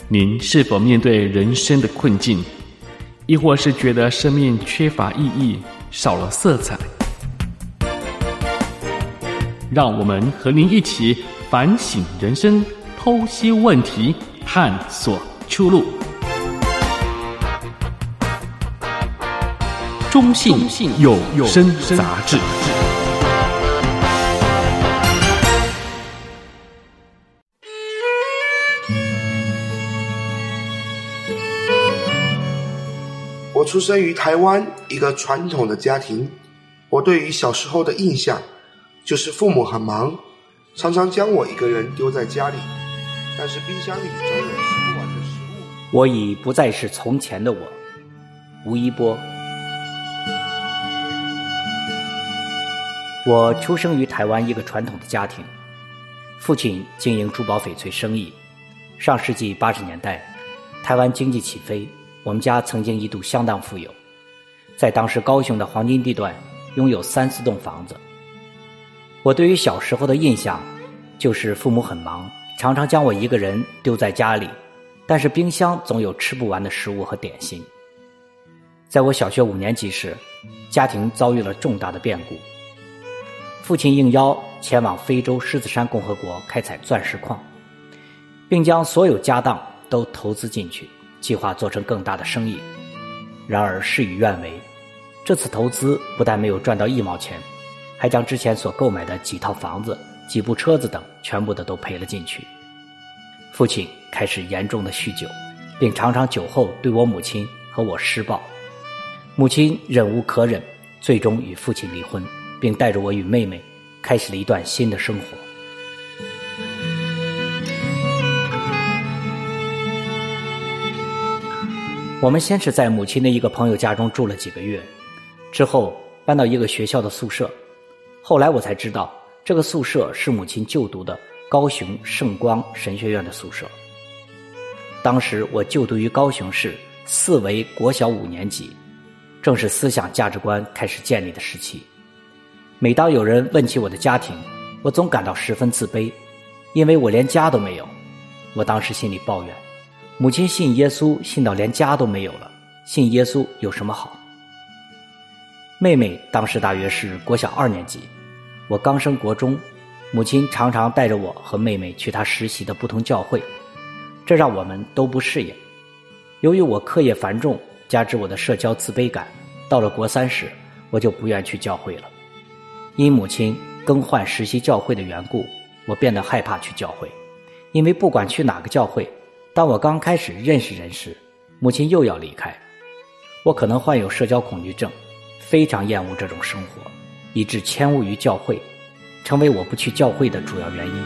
您是否面对人生的困境，亦或是觉得生命缺乏意义，少了色彩？让我们和您一起反省人生，剖析问题，探索出路。中信有声杂志。 我出生于台湾一个传统的家庭，我对于小时候的印象就是父母很忙，常常将我一个人丢在家里，但是冰箱里总有吃不完的食物。 我已不再是从前的我。吴一波。我出生于台湾一个传统的家庭，父亲经营珠宝翡翠生意。上世纪80年代，台湾经济起飞，我们家曾经一度相当富有，在当时高雄的黄金地段拥有3-4栋房子。我对于小时候的印象就是父母很忙，常常将我一个人丢在家里，但是冰箱总有吃不完的食物和点心。在我小学5年级时，家庭遭遇了重大的变故。父亲应邀前往非洲狮子山共和国开采钻石矿，并将所有家当都投资进去，计划做成更大的生意。然而事与愿违，这次投资不但没有赚到1毛钱，还将之前所购买的几套房子、几部车子等全部的都赔了进去。父亲开始严重的酗酒，并常常酒后对我母亲和我施暴。母亲忍无可忍，最终与父亲离婚，并带着我与妹妹开始了一段新的生活。我们先是在母亲的一个朋友家中住了几个月，之后搬到一个学校的宿舍。后来我才知道，这个宿舍是母亲就读的高雄圣光神学院的宿舍。当时我就读于高雄市4维国小5年级，正是思想价值观开始建立的时期。每当有人问起我的家庭，我总感到十分自卑，因为我连家都没有。我当时心里抱怨，母亲信耶稣信到连家都没有了，信耶稣有什么好？妹妹当时大约是国小2年级，我刚升国中，母亲常常带着我和妹妹去她实习的不同教会，这让我们都不适应。由于我课业繁重，加之我的社交自卑感，到了国3时，我就不愿去教会了。因母亲更换实习教会的缘故，我变得害怕去教会，因为不管去哪个教会，当我刚开始认识人时，母亲又要离开。我可能患有社交恐惧症，非常厌恶这种生活，以致迁误于教会，成为我不去教会的主要原因。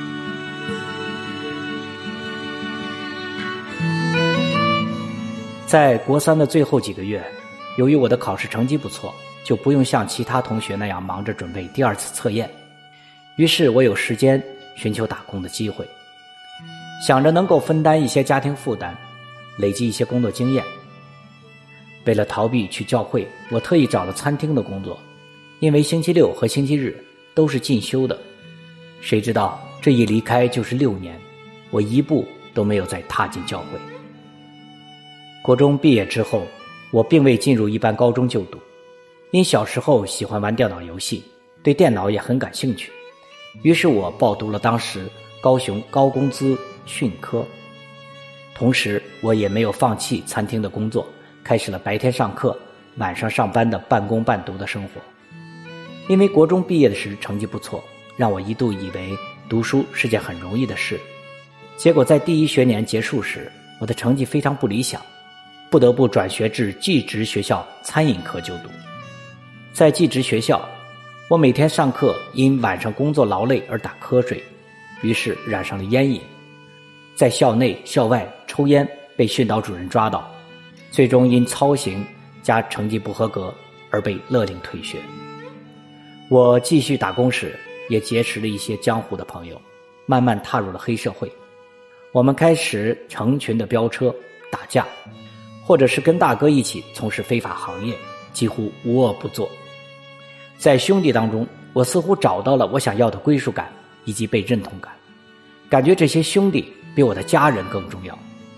在国3的最后几个月，由于我的考试成绩不错，就不用像其他同学那样忙着准备第2次测验，于是我有时间寻求打工的机会，想着能够分担一些家庭负担，累积一些工作经验。为了逃避去教会，我特意找了餐厅的工作，因为星期六和星期日都是进修的。谁知道这一离开就是6年，我一步都没有再踏进教会。国中毕业之后，我并未进入一般高中就读，因小时候喜欢玩电脑游戏，对电脑也很感兴趣，于是我报读了当时高雄高工资训科。同时我也没有放弃餐厅的工作，开始了白天上课晚上上班的半工半读的生活。因为国中毕业的时成绩不错，让我一度以为读书是件很容易的事，结果在第1学年结束时，我的成绩非常不理想，不得不转学至技职学校餐饮科就读。在技职学校，我每天上课因晚上工作劳累而打瞌睡，于是染上了烟瘾，在校内校外抽烟被训导主任抓到，最终因操行加成绩不合格而被勒令退学。我继续打工时，也结识了一些江湖的朋友，慢慢踏入了黑社会。我们开始成群的飙车、打架，或者是跟大哥一起从事非法行业，几乎无恶不作。在兄弟当中，我似乎找到了我想要的归属感以及被认同感，感觉这些兄弟比我的家人更重要，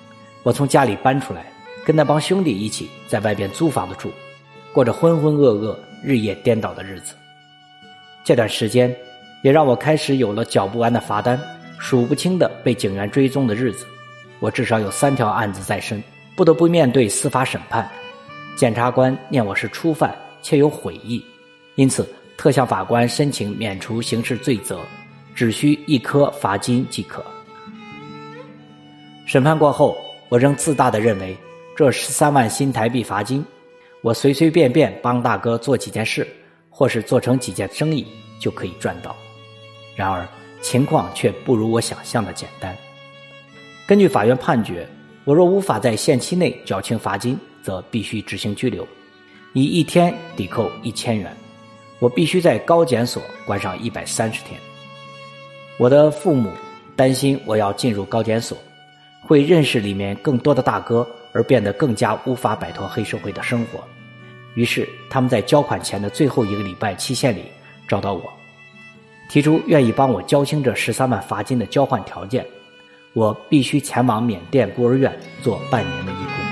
我从家里搬出来，跟那帮兄弟一起在外边租房子住，过着浑浑噩噩、日夜颠倒的日子。这段时间也让我开始有了缴不完的罚单，数不清的被警员追踪的日子。我至少有3条案子在身，不得不面对司法审判。检察官念我是初犯，且有悔意，因此特向法官申请免除刑事罪责，只需1颗罚金即可。审判过后，我仍自大地认为这13万新台币罚金，我随随便便帮大哥做几件事，或是做成几件生意就可以赚到。然而情况却不如我想象的简单。根据法院判决，我若无法在限期内缴清罚金，则必须执行拘留，以1天抵扣1000元。我必须在高检所关上130天。我的父母担心我要进入高检所，会认识里面更多的大哥，而变得更加无法摆脱黑社会的生活。于是他们在交款前的最后1个礼拜期限里找到我，提出愿意帮我交清这13万罚金的交换条件，我必须前往缅甸孤儿院做半年的义工。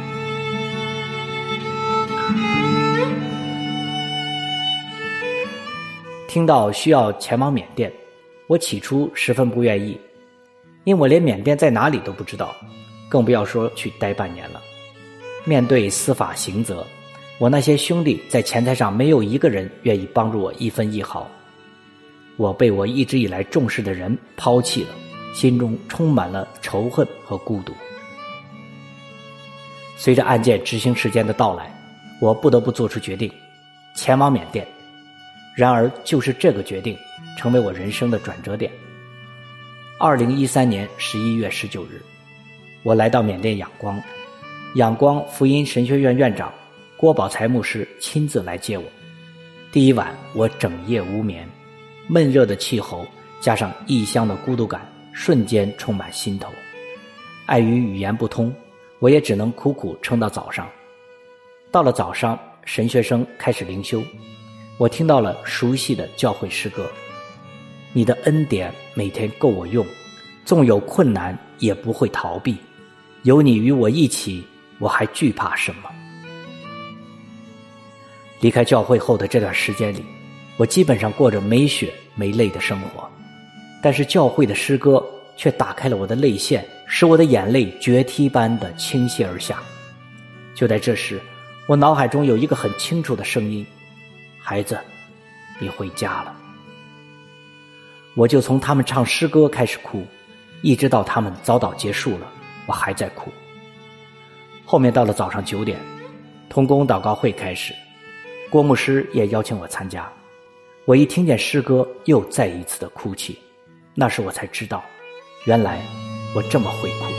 听到需要前往缅甸，我起初十分不愿意，因我连缅甸在哪里都不知道，更不要说去待半年了。面对司法刑责，我那些兄弟在钱财上没有一个人愿意帮助我1分1毫。我被我一直以来重视的人抛弃了，心中充满了仇恨和孤独。随着案件执行时间的到来，我不得不做出决定，前往缅甸。然而就是这个决定成为我人生的转折点。2013年11月19日，我来到缅甸仰光，仰光福音神学院院长郭宝才牧师亲自来接我。第一晚我整夜无眠，闷热的气候加上异乡的孤独感瞬间充满心头。碍于语言不通，我也只能苦苦撑到早上。到了早上，神学生开始灵修，我听到了熟悉的教会诗歌：你的恩典每天够我用，纵有困难也不会逃避，有你与我一起，我还惧怕什么？离开教会后的这段时间里，我基本上过着没血没泪的生活，但是教会的诗歌却打开了我的泪腺，使我的眼泪决堤般的倾泻而下。就在这时，我脑海中有一个很清楚的声音：孩子，你回家了。我就从他们唱诗歌开始哭，一直到他们早祷结束了，我还在哭。后面到了早上9点，同工祷告会开始，郭牧师也邀请我参加。我一听见诗歌，又再一次的哭泣。那时我才知道，原来我这么会哭。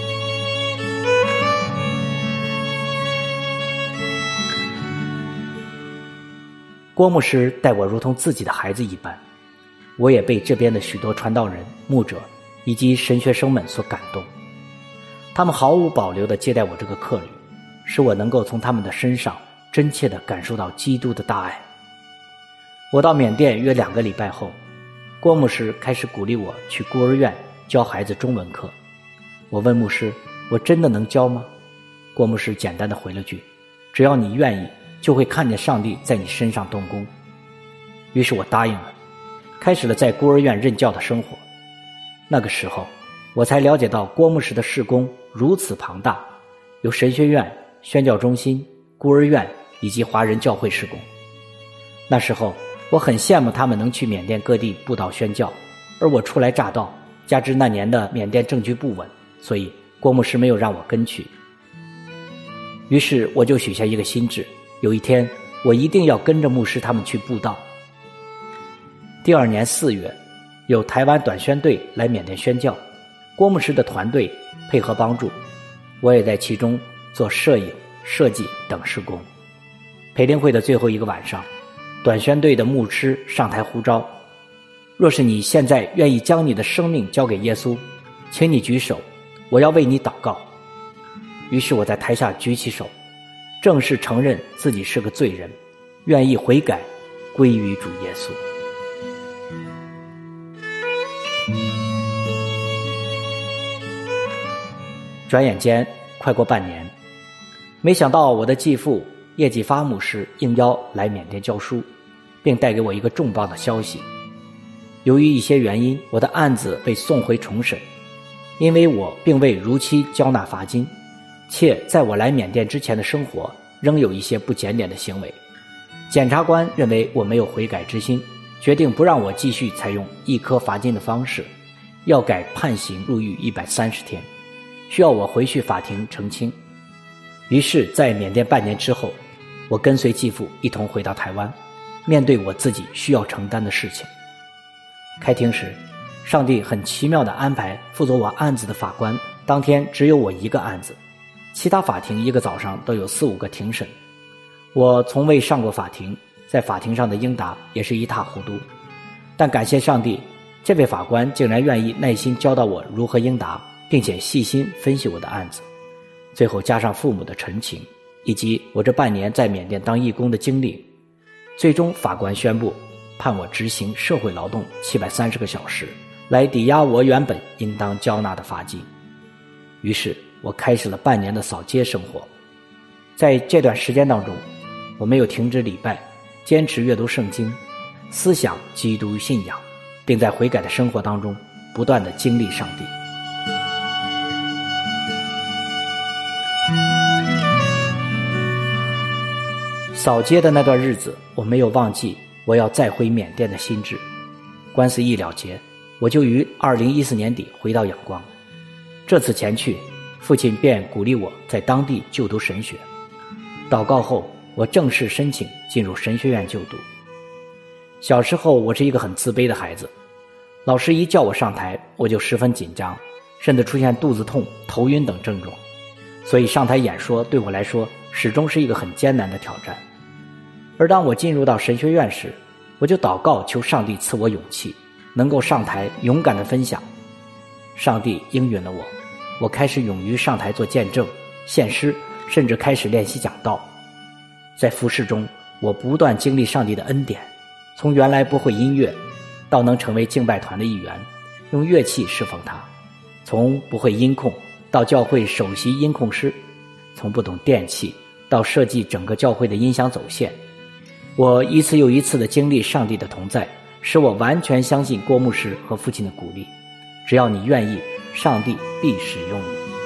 郭牧师待我如同自己的孩子一般，我也被这边的许多传道人、牧者以及神学生们所感动。他们毫无保留地接待我这个客旅，使我能够从他们的身上真切地感受到基督的大爱。我到缅甸约2个礼拜后，郭牧师开始鼓励我去孤儿院教孩子中文课。我问牧师，我真的能教吗？郭牧师简单地回了句，只要你愿意，就会看见上帝在你身上动工。于是我答应了，开始了在孤儿院任教的生活。那个时候，我才了解到郭牧师的事工如此庞大，有神学院、宣教中心、孤儿院以及华人教会事工。那时候我很羡慕他们能去缅甸各地布道宣教，而我初来乍到，加之那年的缅甸政局不稳，所以郭牧师没有让我跟去。于是我就许下一个心志，有一天我一定要跟着牧师他们去布道。第2年4月，有台湾短宣队来缅甸宣教，郭牧师的团队配合帮助，我也在其中做摄影、设计等事工。培灵会的最后一个晚上，短宣队的牧师上台呼召：若是你现在愿意将你的生命交给耶稣，请你举手，我要为你祷告。于是我在台下举起手，正式承认自己是个罪人，愿意悔改，归于主耶稣。转眼间快过半年，没想到我的继父叶继发牧师应邀来缅甸教书，并带给我一个重磅的消息。由于一些原因，我的案子被送回重审，因为我并未如期交纳罚金，且在我来缅甸之前的生活仍有一些不检点的行为。检察官认为我没有悔改之心，决定不让我继续采用一颗罚金的方式，要改判刑入狱130天，需要我回去法庭澄清。于是在缅甸半年之后，我跟随继父一同回到台湾，面对我自己需要承担的事情。开庭时，上帝很奇妙地安排负责我案子的法官当天只有我一个案子，其他法庭一个早上都有4-5个庭审。我从未上过法庭，在法庭上的应答也是一塌糊涂，但感谢上帝，这位法官竟然愿意耐心教导我如何应答，并且细心分析我的案子。最后加上父母的陈情，以及我这半年在缅甸当义工的经历，最终法官宣布判我执行社会劳动730个小时，来抵押我原本应当交纳的罚金。于是我开始了半年的扫街生活。在这段时间当中，我没有停止礼拜，坚持阅读圣经，思想基督信仰，并在悔改的生活当中不断地经历上帝。扫街的那段日子，我没有忘记我要再回缅甸的心志。官司一了结，我就于2014年底回到仰光。这次前去，父亲便鼓励我在当地就读神学。祷告后，我正式申请进入神学院就读。小时候我是一个很自卑的孩子，老师一叫我上台，我就十分紧张，甚至出现肚子痛、头晕等症状，所以上台演说对我来说始终是一个很艰难的挑战。而当我进入到神学院时，我就祷告求上帝赐我勇气，能够上台勇敢地分享。上帝应允了我，我开始勇于上台做见证、献诗，甚至开始练习讲道。在服事中，我不断经历上帝的恩典，从原来不会音乐到能成为敬拜团的一员，用乐器侍奉他；从不会音控到教会首席音控师；从不懂电器到设计整个教会的音响走线。我一次又一次地经历上帝的同在，使我完全相信郭牧师和父亲的鼓励，只要你愿意，上帝必使用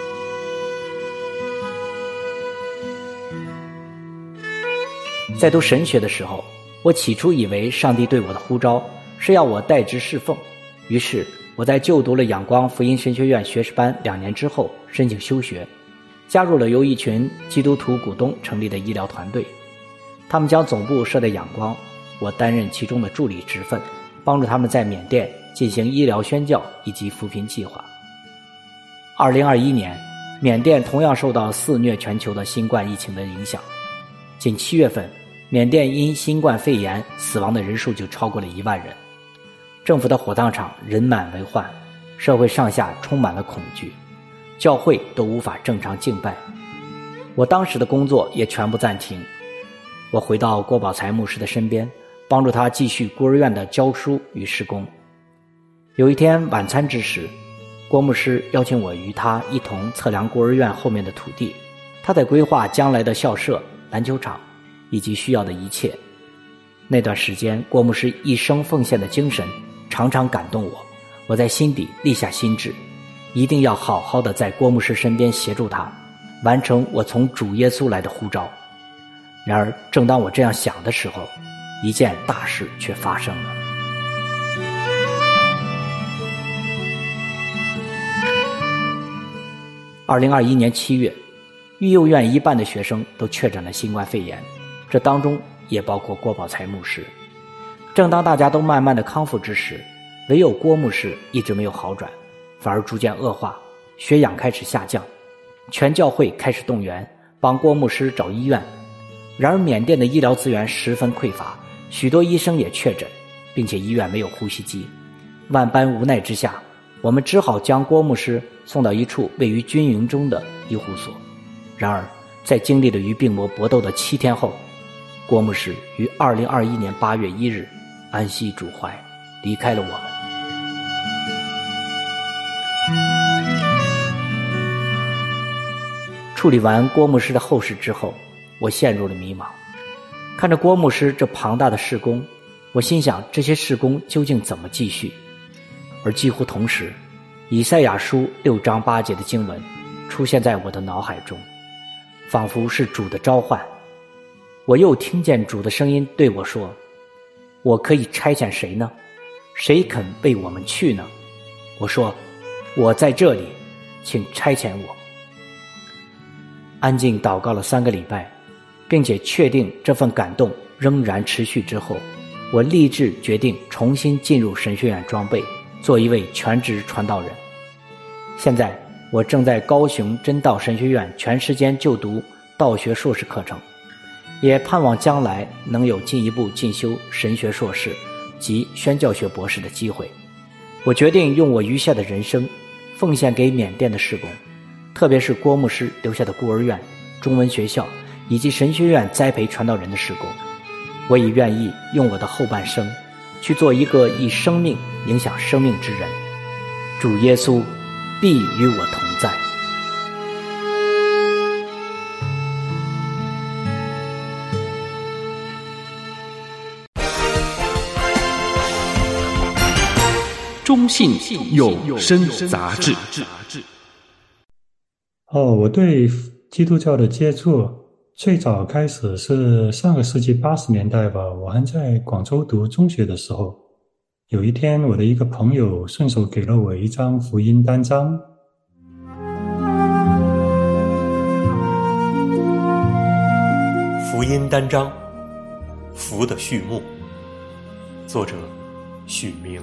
你。在读神学的时候，我起初以为上帝对我的呼召是要我代职侍奉，于是我在就读了仰光福音神学院学士班2年之后申请休学，加入了由一群基督徒股东成立的医疗团队。他们将总部设在仰光，我担任其中的助理职分，帮助他们在缅甸进行医疗宣教以及扶贫计划。2021年，缅甸同样受到肆虐全球的新冠疫情的影响，仅7月份，缅甸因新冠肺炎死亡的人数就超过了1万人。政府的火葬场人满为患，社会上下充满了恐惧，教会都无法正常敬拜。我当时的工作也全部暂停。我回到郭宝才牧师的身边，帮助他继续孤儿院的教书与施工。有一天晚餐之时，郭牧师邀请我与他一同测量孤儿院后面的土地，他在规划将来的校舍、篮球场以及需要的一切。那段时间，郭牧师一生奉献的精神常常感动我，我在心底立下心志，一定要好好的在郭牧师身边协助他，完成我从主耶稣来的呼召。然而正当我这样想的时候，一件大事却发生了。2021年7月，育幼院一半的学生都确诊了新冠肺炎，这当中也包括郭宝才牧师。正当大家都慢慢的康复之时，唯有郭牧师一直没有好转，反而逐渐恶化，血氧开始下降。全教会开始动员，帮郭牧师找医院。然而缅甸的医疗资源十分匮乏，许多医生也确诊，并且医院没有呼吸机。万般无奈之下，我们只好将郭牧师送到一处位于军营中的医护所。然而在经历了与病魔搏斗的7天后，郭牧师于2021年8月1日安息主怀，离开了我们。 处理完郭牧师的后事之后，我陷入了迷茫。看着郭牧师这庞大的事工，我心想这些事工究竟怎么继续？而几乎同时，以赛亚书6章8节的经文出现在我的脑海中，仿佛是主的召唤。我又听见主的声音对我说，我可以差遣谁呢？谁肯为我们去呢？我说，我在这里，请差遣我。安静祷告了3个礼拜，并且确定这份感动仍然持续之后，我立志决定重新进入神学院装备，做一位全职传道人。现在我正在高雄真道神学院全时间就读道学硕士课程，也盼望将来能有进一步进修神学硕士及宣教学博士的机会。我决定用我余下的人生奉献给缅甸的事工，特别是郭牧师留下的孤儿院、中文学校以及神学院栽培传道人的事工。我也愿意用我的后半生去做一个以生命影响生命之人。主耶稣必与我同在。 中信有声杂志。 我对基督教的接触最早开始是上个世纪80年代吧，我还在广州读中学的时候，有一天我的一个朋友顺手给了我一张福音单张。 福音单张，福的序幕，作者许明。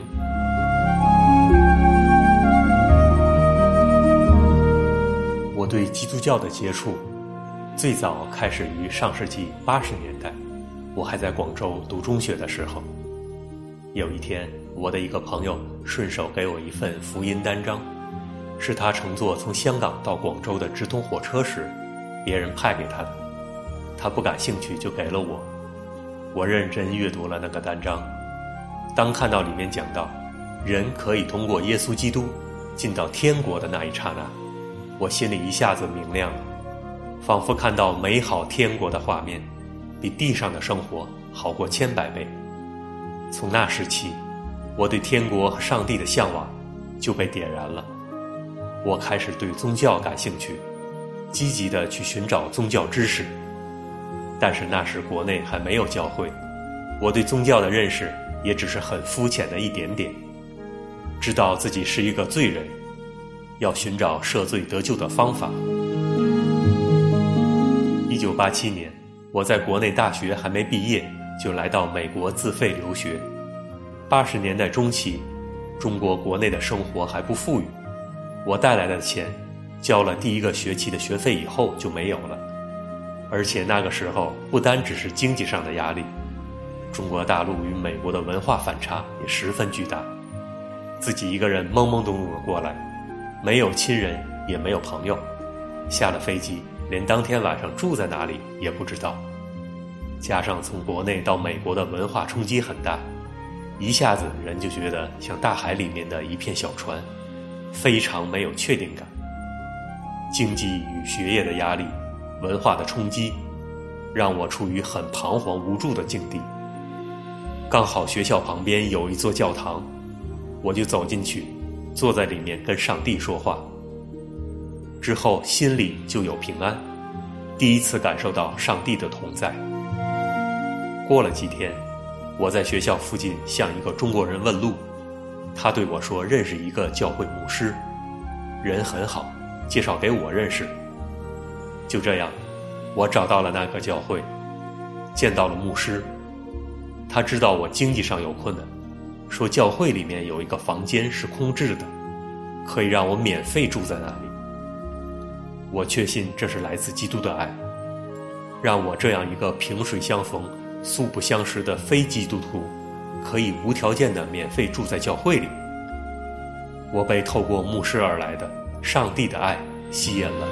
我对基督教的接触最早开始于上世纪80年代，我还在广州读中学的时候。有一天，我的一个朋友顺手给我一份福音单张，是他乘坐从香港到广州的直通火车时别人派给他的，他不感兴趣就给了我。我认真阅读了那个单张，当看到里面讲到人可以通过耶稣基督进到天国的那一刹那，我心里一下子明亮了，仿佛看到美好天国的画面，比地上的生活好过10000倍。从那时起，我对天国和上帝的向往就被点燃了。我开始对宗教感兴趣，积极地去寻找宗教知识。但是那时国内还没有教会，我对宗教的认识也只是很肤浅的一点点，知道自己是一个罪人，要寻找赦罪得救的方法。1987年，我在国内大学还没毕业，就来到美国自费留学。80年代中期，中国国内的生活还不富裕，我带来的钱交了第1个学期的学费以后就没有了。而且那个时候不单只是经济上的压力，中国大陆与美国的文化反差也十分巨大。自己一个人懵懵懂懂的过来，没有亲人也没有朋友，下了飞机连当天晚上住在哪里也不知道。加上从国内到美国的文化冲击很大，一下子人就觉得像大海里面的一片小船，非常没有确定感。经济与学业的压力，文化的冲击，让我处于很彷徨无助的境地。刚好学校旁边有一座教堂，我就走进去，坐在里面跟上帝说话。之后心里就有平安，第一次感受到上帝的同在。过了几天，我在学校附近向一个中国人问路，他对我说认识一个教会牧师，人很好，介绍给我认识。就这样，我找到了那个教会，见到了牧师。他知道我经济上有困难，说教会里面有一个房间是空置的，可以让我免费住在那里。我确信这是来自基督的爱，让我这样一个萍水相逢、素不相识的非基督徒，可以无条件的免费住在教会里。我被透过牧师而来的上帝的爱吸引了。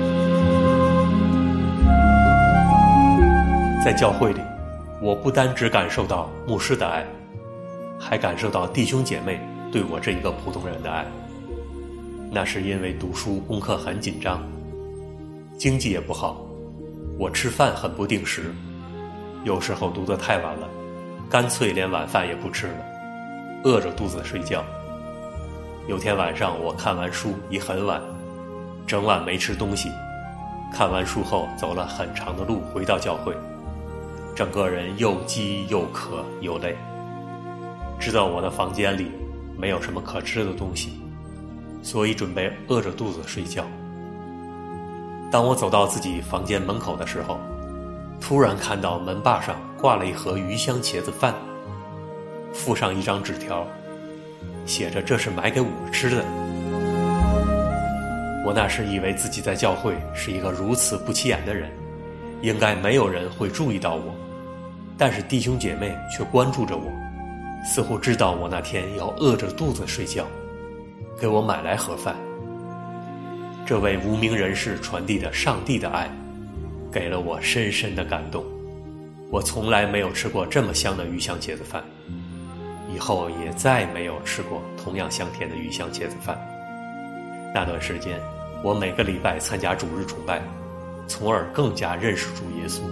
在教会里，我不单只感受到牧师的爱，还感受到弟兄姐妹对我这一个普通人的爱。那是因为读书功课很紧张， 经济也不好，我吃饭很不定时，有时候读得太晚了，干脆连晚饭也不吃了，饿着肚子睡觉。有天晚上我看完书已很晚，整晚没吃东西，看完书后走了很长的路回到教会，整个人又饥又渴又累。知道我的房间里没有什么可吃的东西，所以准备饿着肚子睡觉。当我走到自己房间门口的时候，突然看到门把上挂了一盒鱼香茄子饭，附上一张纸条，写着这是买给我吃的。我那时以为自己在教会是一个如此不起眼的人，应该没有人会注意到我，但是弟兄姐妹却关注着我，似乎知道我那天要饿着肚子睡觉，给我买来盒饭。这位无名人士传递的上帝的爱，给了我深深的感动。我从来没有吃过这么香的鱼香茄子饭，以后也再没有吃过同样香甜的鱼香茄子饭。那段时间，我每个礼拜参加主日崇拜，从而更加认识主耶稣。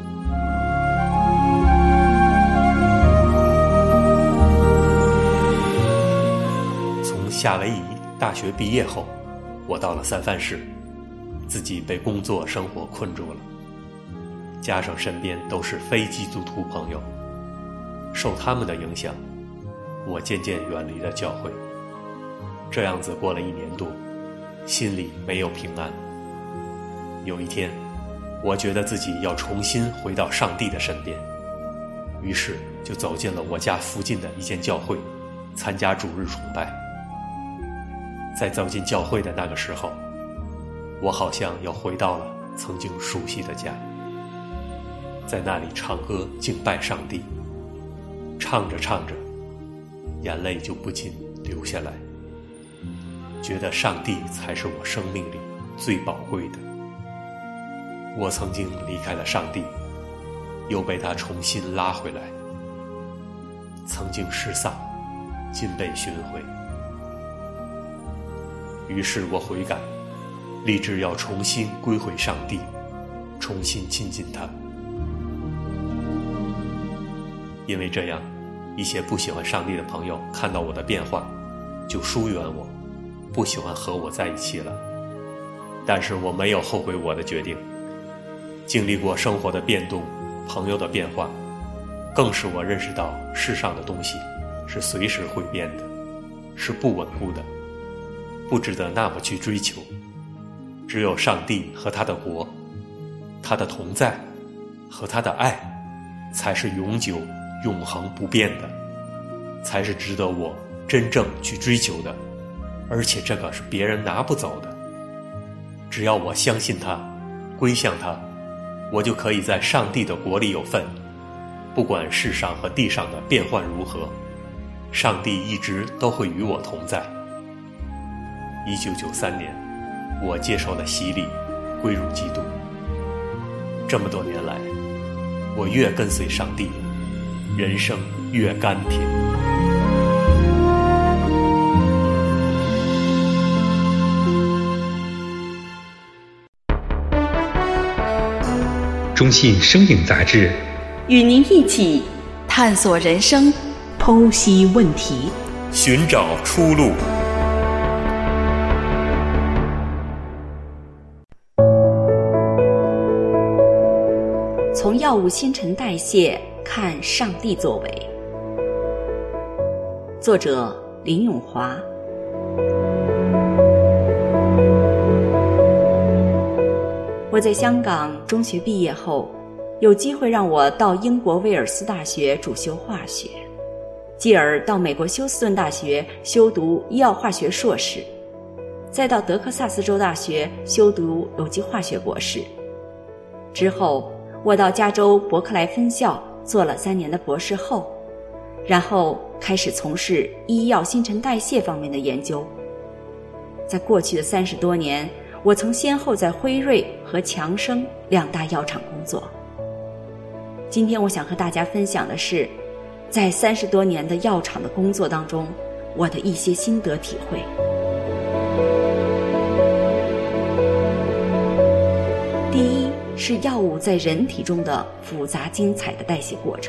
从夏威夷大学毕业后，我到了三藩市，自己被工作生活困住了，加上身边都是非基督徒朋友，受他们的影响，我渐渐远离了教会。这样子过了1年多，心里没有平安。有一天，我觉得自己要重新回到上帝的身边，于是就走进了我家附近的一间教会，参加主日崇拜。在走进教会的那个时候，我好像又回到了曾经熟悉的家，在那里唱歌敬拜上帝，唱着唱着，眼泪就不禁流下来，觉得上帝才是我生命里最宝贵的。我曾经离开了上帝，又被他重新拉回来，曾经失丧，今被寻回。于是我悔改，立志要重新归回上帝，重新亲近他。因为这样，一些不喜欢上帝的朋友看到我的变化，就疏远我，不喜欢和我在一起了。但是我没有后悔我的决定，经历过生活的变动，朋友的变化，更使我认识到世上的东西是随时会变的，是不稳固的，不值得那么去追求。只有上帝和他的国，他的同在和他的爱，才是永久永恒不变的，才是值得我真正去追求的，而且这个是别人拿不走的。只要我相信他，归向他，我就可以在上帝的国里有份。不管世上和地上的变幻如何，上帝一直都会与我同在。1993年，我接受了洗礼，归入基督。这么多年来，我越跟随上帝，人生越甘甜。 中信生影杂志与您一起探索人生，剖析问题， 寻找出路。 从药物新陈代谢看上帝作为。作者林永华。我在香港中学毕业后，有机会让我到英国威尔斯大学主修化学，继而到美国休斯顿大学修读医药化学硕士，再到德克萨斯州大学修读有机化学博士。之后我到加州伯克莱分校做了3年的博士后，然后开始从事医药新陈代谢方面的研究。在过去的30多年，我曾先后在辉瑞和强生2大药厂工作。今天我想和大家分享的是，在30多年的药厂的工作当中，我的一些心得体会。第是药物在人体中的复杂精彩的代谢过程。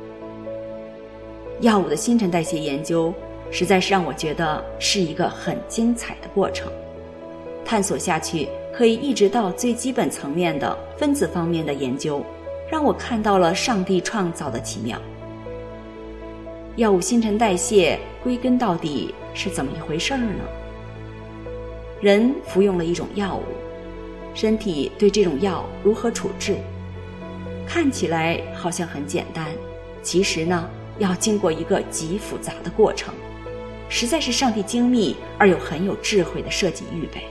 药物的新陈代谢研究实在是让我觉得是一个很精彩的过程，探索下去可以一直到最基本层面的分子方面的研究，让我看到了上帝创造的奇妙。药物新陈代谢归根到底是怎么一回事呢？人服用了一种药物，身体对这种药如何处置？看起来好像很简单，其实呢，要经过一个极复杂的过程，实在是上帝精密而又很有智慧的设计预备。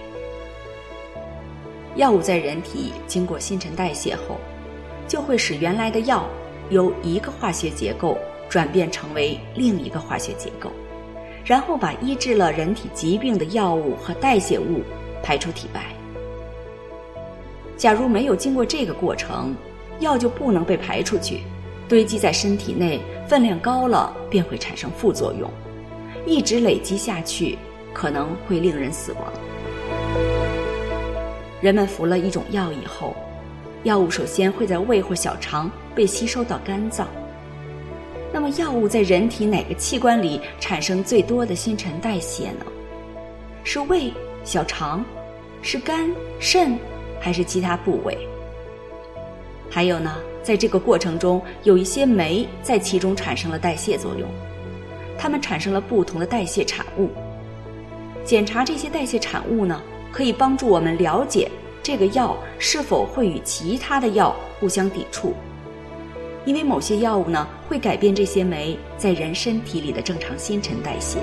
药物在人体经过新陈代谢后，就会使原来的药由一个化学结构转变成为另一个化学结构，然后把医治了人体疾病的药物和代谢物排出体外。假如没有经过这个过程，药就不能被排出去，堆积在身体内，分量高了便会产生副作用，一直累积下去，可能会令人死亡。人们服了一种药以后，药物首先会在胃或小肠被吸收到肝脏。那么药物在人体哪个器官里产生最多的新陈代谢呢？是胃、小肠，是肝、肾，还是其他部位？还有呢，在这个过程中，有一些酶在其中产生了代谢作用，它们产生了不同的代谢产物。检查这些代谢产物呢，可以帮助我们了解这个药是否会与其他的药互相抵触。因为某些药物呢，会改变这些酶在人身体里的正常新陈代谢。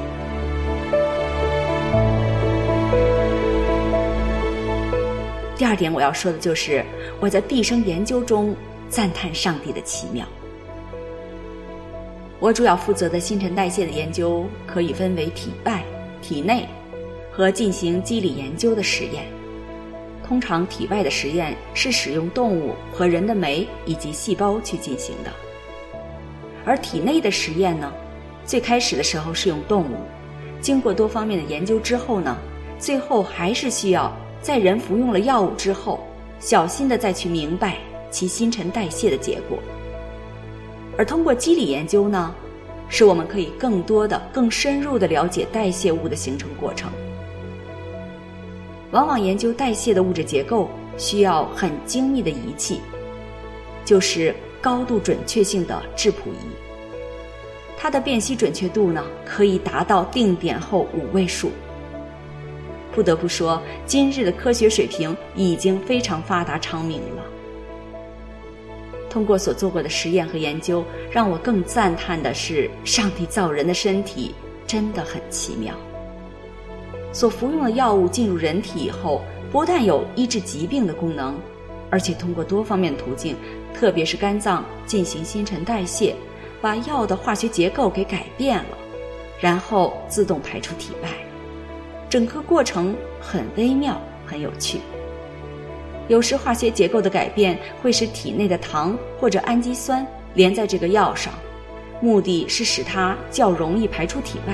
第二点我要说的就是我在毕生研究中赞叹上帝的奇妙。我主要负责的新陈代谢的研究可以分为体外、体内和进行机理研究的实验。通常体外的实验是使用动物和人的酶以及细胞去进行的，而体内的实验呢，最开始的时候是用动物，经过多方面的研究之后呢，最后还是需要在人服用了药物之后，小心地再去明白其新陈代谢的结果。而通过机理研究呢，使我们可以更多的、更深入地了解代谢物的形成过程。往往研究代谢的物质结构需要很精密的仪器，就是高度准确性的质谱仪。它的辨析准确度呢，可以达到定点后5位数。不得不说，今日的科学水平已经非常发达昌明了。通过所做过的实验和研究，让我更赞叹的是，上帝造人的身体真的很奇妙。所服用的药物进入人体以后，不但有医治疾病的功能，而且通过多方面途径，特别是肝脏进行新陈代谢，把药的化学结构给改变了，然后自动排出体外。整个过程很微妙，很有趣。有时化学结构的改变会使体内的糖或者氨基酸连在这个药上，目的是使它较容易排出体外。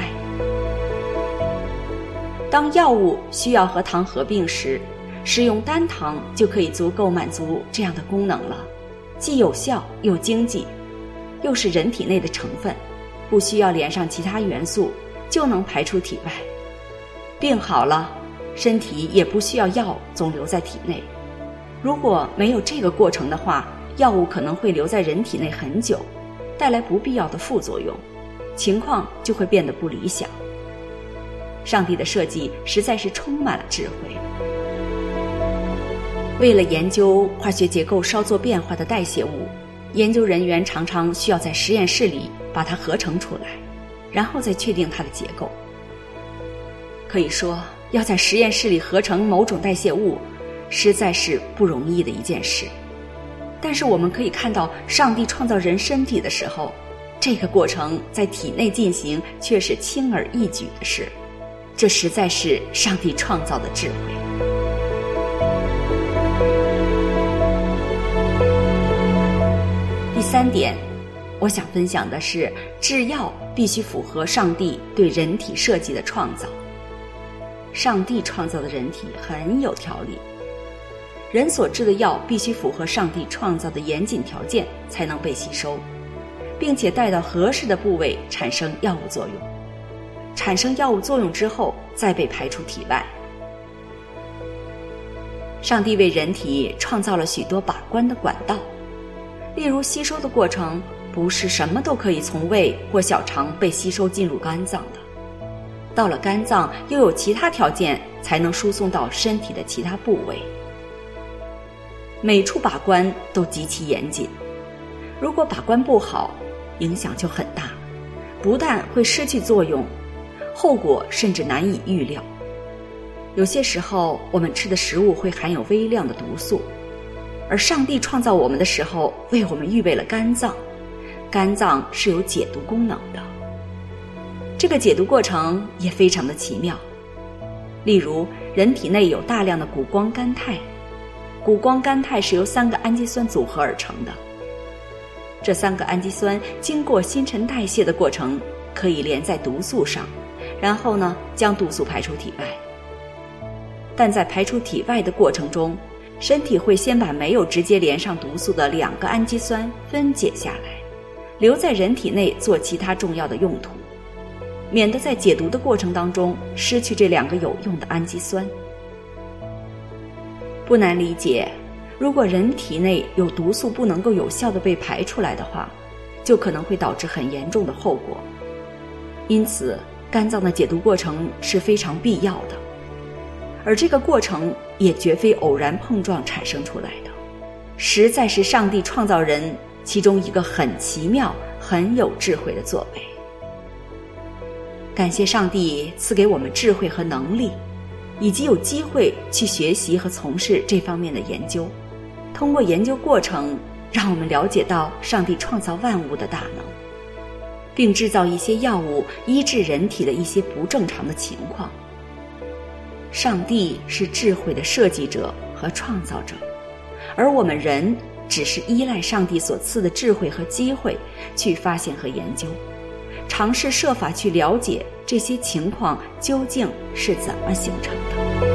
当药物需要和糖合并时，使用单糖就可以足够满足这样的功能了，既有效又经济，又是人体内的成分，不需要连上其他元素就能排出体外。病好了，身体也不需要药总留在体内。如果没有这个过程的话，药物可能会留在人体内很久，带来不必要的副作用，情况就会变得不理想。上帝的设计实在是充满了智慧。为了研究化学结构稍作变化的代谢物，研究人员常常需要在实验室里把它合成出来，然后再确定它的结构。可以说，要在实验室里合成某种代谢物，实在是不容易的一件事。但是我们可以看到，上帝创造人身体的时候，这个过程在体内进行却是轻而易举的事。这实在是上帝创造的智慧。第3点，我想分享的是，制药必须符合上帝对人体设计的创造。上帝创造的人体很有条理， 人所制的药必须符合上帝创造的严谨条件才能被吸收，并且带到合适的部位产生药物作用。产生药物作用之后再被排出体外。上帝为人体创造了许多把关的管道，例如吸收的过程不是什么都可以从胃或小肠被吸收进入肝脏的，到了肝脏又有其他条件才能输送到身体的其他部位。每处把关都极其严谨，如果把关不好，影响就很大，不但会失去作用，后果甚至难以预料。有些时候我们吃的食物会含有微量的毒素，而上帝创造我们的时候为我们预备了肝脏，肝脏是有解毒功能的。这个解毒过程也非常的奇妙。例如人体内有大量的谷胱甘肽，谷胱甘肽是由3个氨基酸组合而成的，这3个氨基酸经过新陈代谢的过程可以连在毒素上，然后呢将毒素排出体外。但在排出体外的过程中，身体会先把没有直接连上毒素的2个氨基酸分解下来，留在人体内做其他重要的用途，免得在解毒的过程当中失去这2个有用的氨基酸。不难理解，如果人体内有毒素不能够有效地被排出来的话，就可能会导致很严重的后果。因此肝脏的解毒过程是非常必要的，而这个过程也绝非偶然碰撞产生出来的，实在是上帝创造人其中一个很奇妙很有智慧的作为。感谢上帝赐给我们智慧和能力，以及有机会去学习和从事这方面的研究，通过研究过程让我们了解到上帝创造万物的大能，并制造一些药物医治人体的一些不正常的情况。上帝是智慧的设计者和创造者，而我们人只是依赖上帝所赐的智慧和机会去发现和研究，尝试设法去了解这些情况究竟是怎么形成的。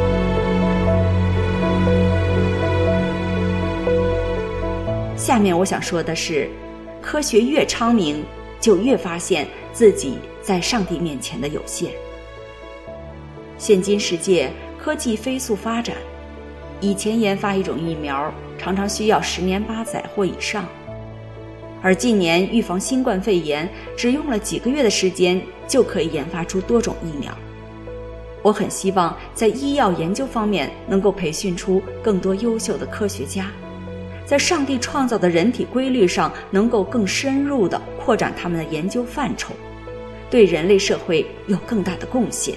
下面我想说的是，科学越昌明，就越发现自己在上帝面前的有限。现今世界科技飞速发展，以前研发一种疫苗常常需要10年8载或以上，而近年预防新冠肺炎只用了几个月的时间就可以研发出多种疫苗。我很希望在医药研究方面能够培训出更多优秀的科学家，在上帝创造的人体规律上能够更深入地扩展他们的研究范畴，对人类社会有更大的贡献。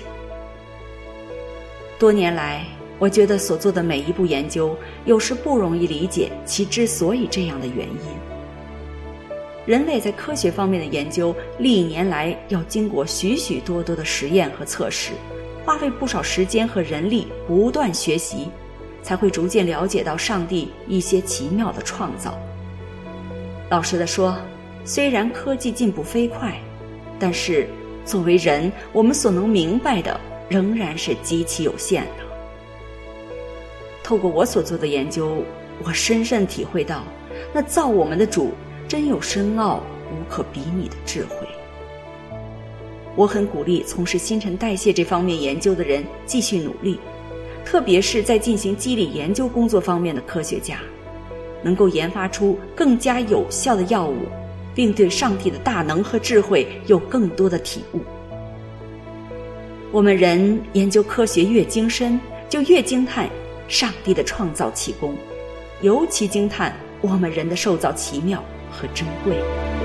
多年来，我觉得所做的每一步研究有时不容易理解其之所以这样的原因。人类在科学方面的研究历年来要经过许许多多的实验和测试，花费不少时间和人力不断学习，才会逐渐了解到上帝一些奇妙的创造。老实地说，虽然科技进步飞快，但是作为人，我们所能明白的仍然是极其有限的。透过我所做的研究，我深深体会到，那造我们的主真有深奥无可比拟的智慧。我很鼓励从事新陈代谢这方面研究的人继续努力，特别是在进行机理研究工作方面的科学家，能够研发出更加有效的药物，并对上帝的大能和智慧有更多的体悟。我们人研究科学越精深，就越惊叹上帝的创造奇功，尤其惊叹我们人的受造奇妙和珍贵。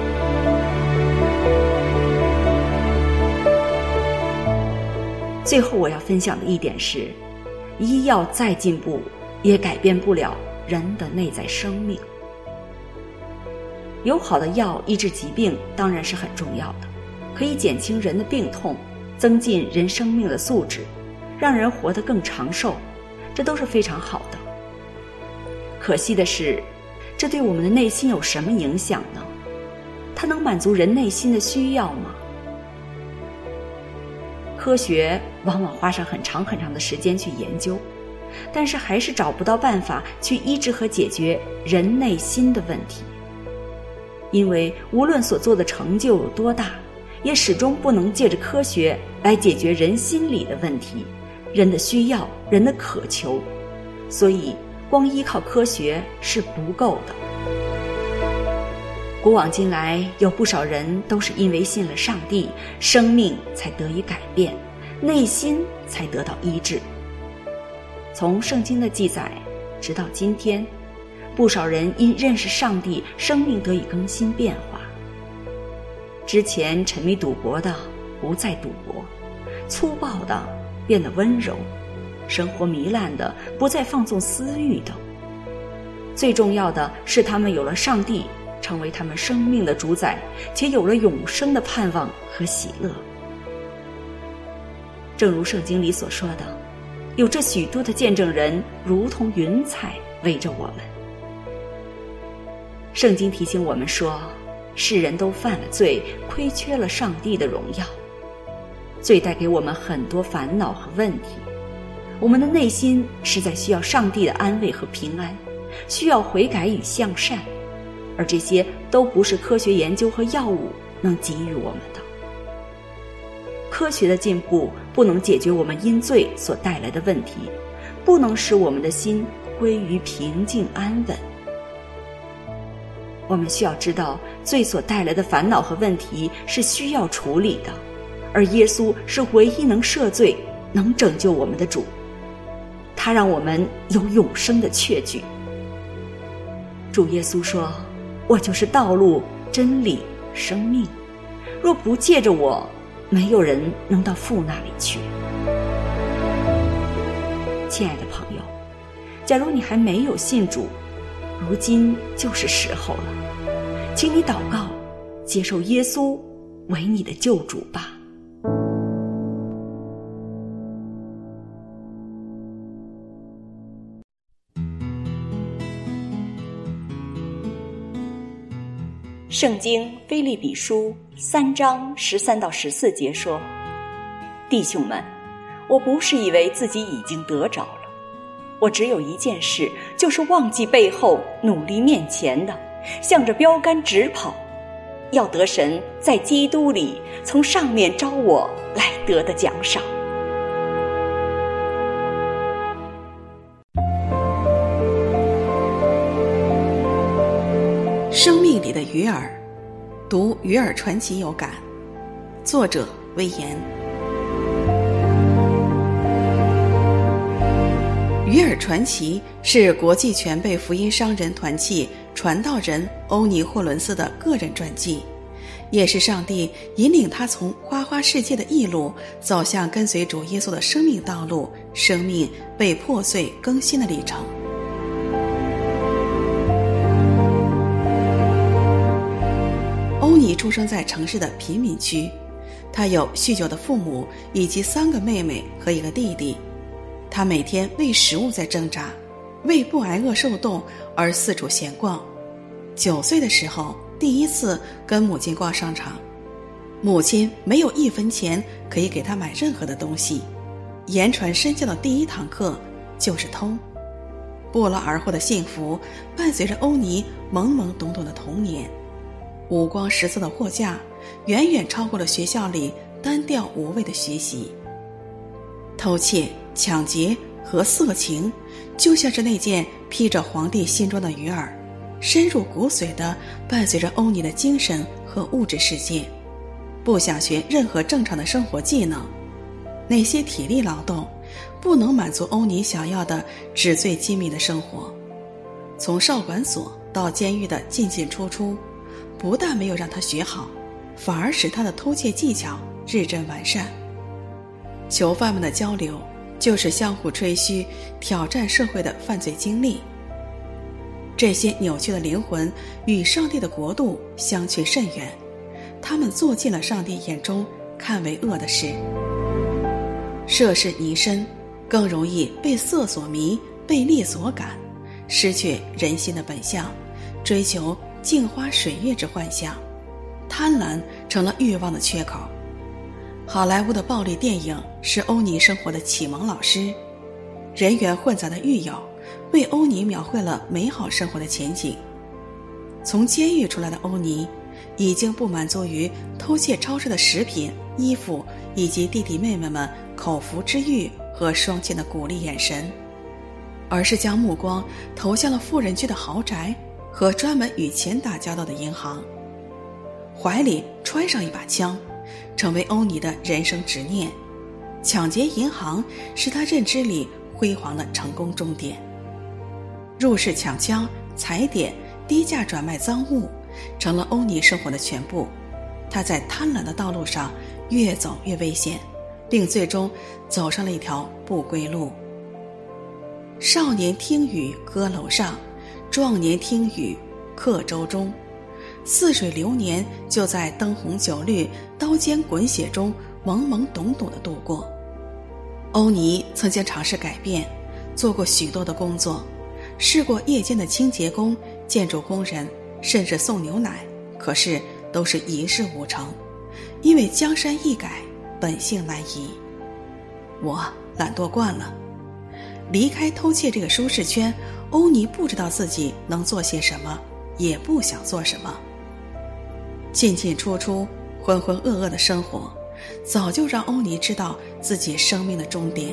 最后我要分享的一点是，医药再进步，也改变不了人的内在生命。有好的药医治疾病当然是很重要的，可以减轻人的病痛，增进人生命的素质，让人活得更长寿，这都是非常好的。可惜的是，这对我们的内心有什么影响呢？它能满足人内心的需要吗？科学往往花上很长很长的时间去研究， 但是还是找不到办法去医治和解决人内心的问题。因为无论所做的成就有多大，也始终不能借着科学来解决人心理的问题，人的需要，人的渴求，所以光依靠科学是不够的。古往今来，有不少人都是因为信了上帝，生命才得以改变，内心才得到医治。从圣经的记载直到今天，不少人因认识上帝，生命得以更新变化。之前沉迷赌博的不再赌博，粗暴的变得温柔，生活糜烂的不再放纵私欲的。最重要的是，他们有了上帝，成为他们生命的主宰，且有了永生的盼望和喜乐。正如圣经里所说的，有着许多的见证人，如同云彩围着我们。圣经提醒我们说，世人都犯了罪，亏缺了上帝的荣耀。罪带给我们很多烦恼和问题，我们的内心实在需要上帝的安慰和平安，需要悔改与向善，而这些都不是科学研究和药物能给予我们的。科学的进步不能解决我们因罪所带来的问题，不能使我们的心归于平静安稳。我们需要知道，罪所带来的烦恼和问题是需要处理的，而耶稣是唯一能赦罪、能拯救我们的主。他让我们有永生的确据。主耶稣说，我就是道路、真理、生命，若不借着我，没有人能到父那里去。亲爱的朋友，假如你还没有信主，如今就是时候了，请你祷告，接受耶稣为你的救主吧。圣经腓立比书3章13到14节说，弟兄们，我不是以为自己已经得着了，我只有一件事，就是忘记背后，努力面前的，向着标杆直跑，要得神在基督里从上面招我来得的奖赏。 生命里的鱼儿，读鱼儿传奇有感，作者魏延。鱼儿传奇是国际全备福音商人团契传道人欧尼霍伦斯的个人传记，也是上帝引领他从花花世界的异路走向跟随主耶稣的生命道路，生命被破碎更新的历程。欧尼出生在城市的贫民区，他有酗酒的父母以及3个妹妹和1个弟弟。他每天为食物在挣扎，为不挨饿受冻而四处闲逛。9岁的时候，第一次跟母亲逛商场，母亲没有1分钱可以给他买任何的东西。言传身教的第1堂课就是偷。不劳而获的幸福伴随着欧尼懵懵懂懂的童年。五光十色的货架远远超过了学校里单调无味的学习。偷窃、抢劫和色情就像是那件披着皇帝新装的鱼儿，深入骨髓地伴随着欧尼的精神和物质世界。不想学任何正常的生活技能，那些体力劳动不能满足欧尼想要的纸醉金迷的生活。从少管所到监狱的进进出出，不但没有让他学好，反而使他的偷窃技巧日臻完善。囚犯们的交流就是相互吹嘘挑战社会的犯罪经历。这些扭曲的灵魂与上帝的国度相去甚远，他们做尽了上帝眼中看为恶的事。涉世泥深，更容易被色所迷，被利所感，失去人心的本相，追求镜花水月之幻象，贪婪成了欲望的缺口。好莱坞的暴力电影是欧尼生活的启蒙老师。 人缘混杂的狱友为欧尼描绘了美好生活的前景。从监狱出来的欧尼已经不满足于偷窃超市的食品、衣服以及弟弟妹妹们口腹之欲和双亲的鼓励眼神，而是将目光投向了富人区的豪宅和专门与钱打交道的银行。怀里揣上一把枪，成为欧尼的人生执念。抢劫银行是他认知里辉煌的成功终点。入室抢枪、踩点、低价转卖赃物成了欧尼生活的全部。他在贪婪的道路上越走越危险，并最终走上了一条不归路。少年听雨歌楼上，壮年听雨客舟中。似水流年就在灯红酒绿、刀尖滚血中懵懵懂懂地度过。欧尼曾经尝试改变，做过许多的工作，试过夜间的清洁工、建筑工人，甚至送牛奶，可是都是一事无成，因为江山易改，本性难移。我懒惰惯了，离开偷窃这个舒适圈，欧尼不知道自己能做些什么，也不想做什么。进进出出、浑浑噩噩的生活，早就让欧尼知道自己生命的终点。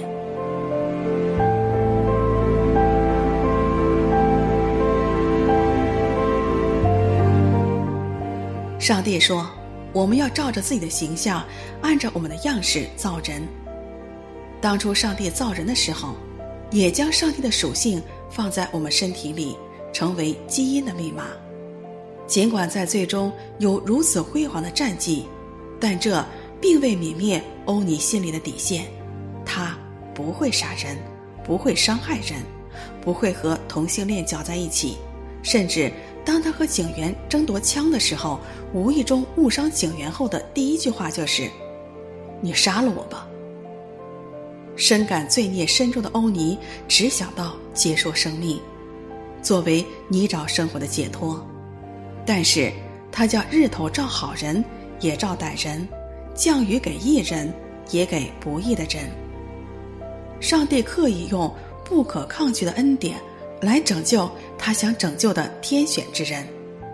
上帝说，我们要照着自己的形象，按照我们的样式造人。当初上帝造人的时候，也将上帝的属性放在我们身体里，成为基因的密码。尽管在最终有如此辉煌的战绩，但这并未泯灭欧尼心里的底线。他不会杀人，不会伤害人，不会和同性恋搅在一起，甚至当他和警员争夺枪的时候，无意中误伤警员后的第一句话就是：“你杀了我吧。”深感罪孽深重的欧尼只想到结束生命，作为泥沼生活的解脱。但是他叫日头照好人，也照歹人，降雨给义人，也给不义的人。上帝刻意用不可抗拒的恩典来拯救他想拯救的天选之人。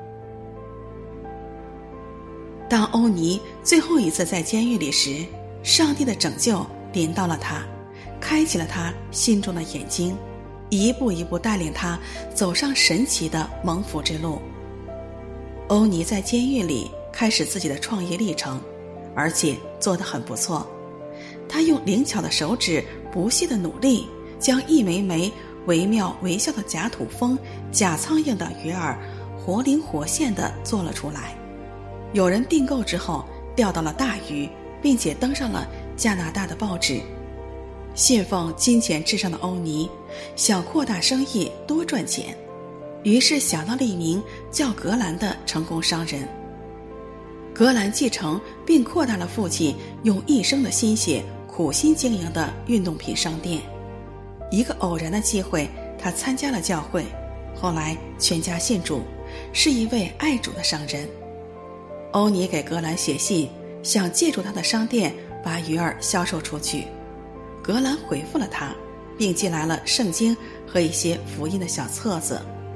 当欧尼最后一次在监狱里时，上帝的拯救临到了他，开启了他心中的眼睛，一步一步带领他走上神奇的蒙福之路。欧尼在监狱里开始自己的创业历程，而且做得很不错。他用灵巧的手指不懈的努力，将一枚枚惟妙惟肖的假土蜂、假苍蝇的鱼饵活灵活现地做了出来。有人订购之后钓到了大鱼，并且登上了加拿大的报纸。信奉金钱至上的欧尼想扩大生意，多赚钱，于是想到了一名叫格兰的成功商人。格兰继承并扩大了父亲用一生的心血苦心经营的运动品商店。一个偶然的机会，他参加了教会，后来全家信主，是一位爱主的商人。欧尼给格兰写信，想借助他的商店把鱼饵销售出去。格兰回复了他，并寄来了圣经和一些福音的小册子。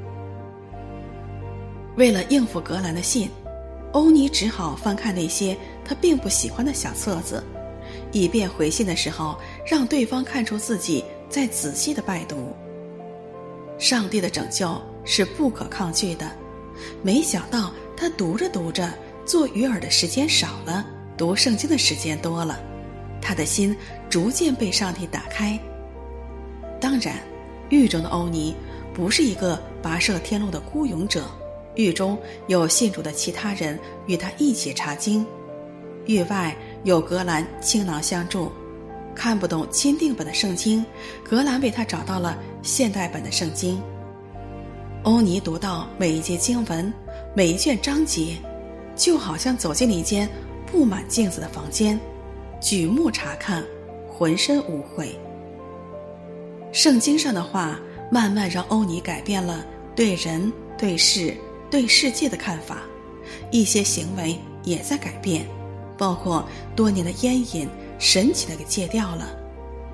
为了应付格兰的信，欧尼只好翻看那些他并不喜欢的小册子，以便回信的时候让对方看出自己在仔细的拜读。上帝的拯救是不可抗拒的，没想到他读着读着，做鱼饵的时间少了，读圣经的时间多了，他的心逐渐被上帝打开。当然，狱中的欧尼不是一个跋涉天路的孤勇者，狱中有信主的其他人与他一起查经，狱外有格兰倾囊相助。看不懂钦定本的圣经，格兰为他找到了现代本的圣经。欧尼读到每一节经文，每一卷章节，就好像走进了一间布满镜子的房间，举目查看，浑身无悔。圣经上的话慢慢让欧尼改变了对人、对事、对世界的看法，一些行为也在改变，包括多年的烟瘾神奇地给戒掉了。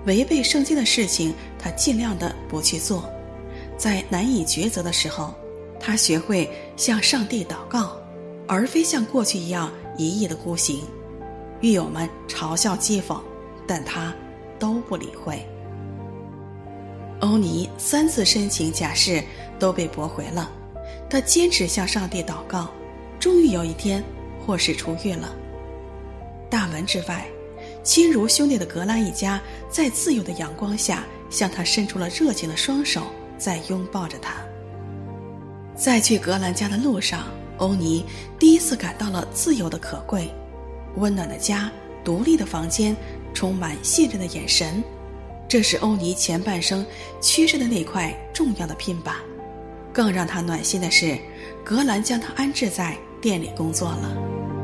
违背圣经的事情他尽量的不去做。在难以抉择的时候，他学会向上帝祷告，而非像过去一样一意的孤行。狱友们嘲笑讥讽，但他都不理会。欧尼3次申请假释都被驳回了，他坚持向上帝祷告，终于有一天获释出狱了。大门之外，亲如兄弟的格兰一家在自由的阳光下向他伸出了热情的双手，在拥抱着他。在去格兰家的路上，欧尼第一次感到了自由的可贵。温暖的家，独立的房间，充满信任的眼神，这是欧尼前半生缺失的那块重要的拼板。更让他暖心的是，格兰将他安置在店里工作了。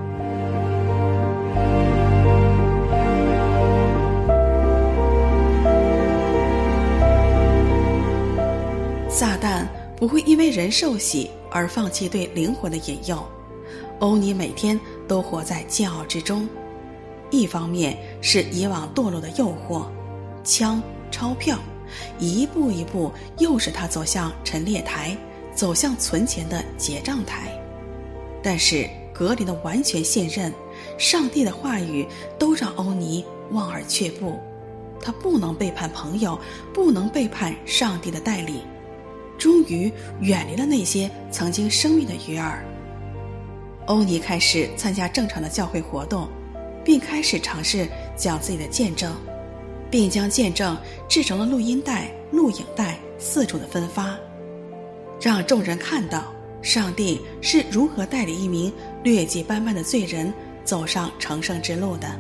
撒旦不会因为人受洗而放弃对灵魂的引诱。欧尼每天都活在煎熬之中，一方面是以往堕落的诱惑，枪、钞票，一步一步诱使他走向陈列台，走向存钱的结账台。但是格林的完全信任，上帝的话语都让欧尼望而却步。他不能背叛朋友，不能背叛上帝的带领，终于远离了那些曾经生命的鱼饵。欧尼开始参加正常的教会活动，并开始尝试讲自己的见证，并将见证制成了录音带、录影带四处的分发，让众人看到上帝是如何带领一名劣迹斑斑的罪人走上成圣之路的。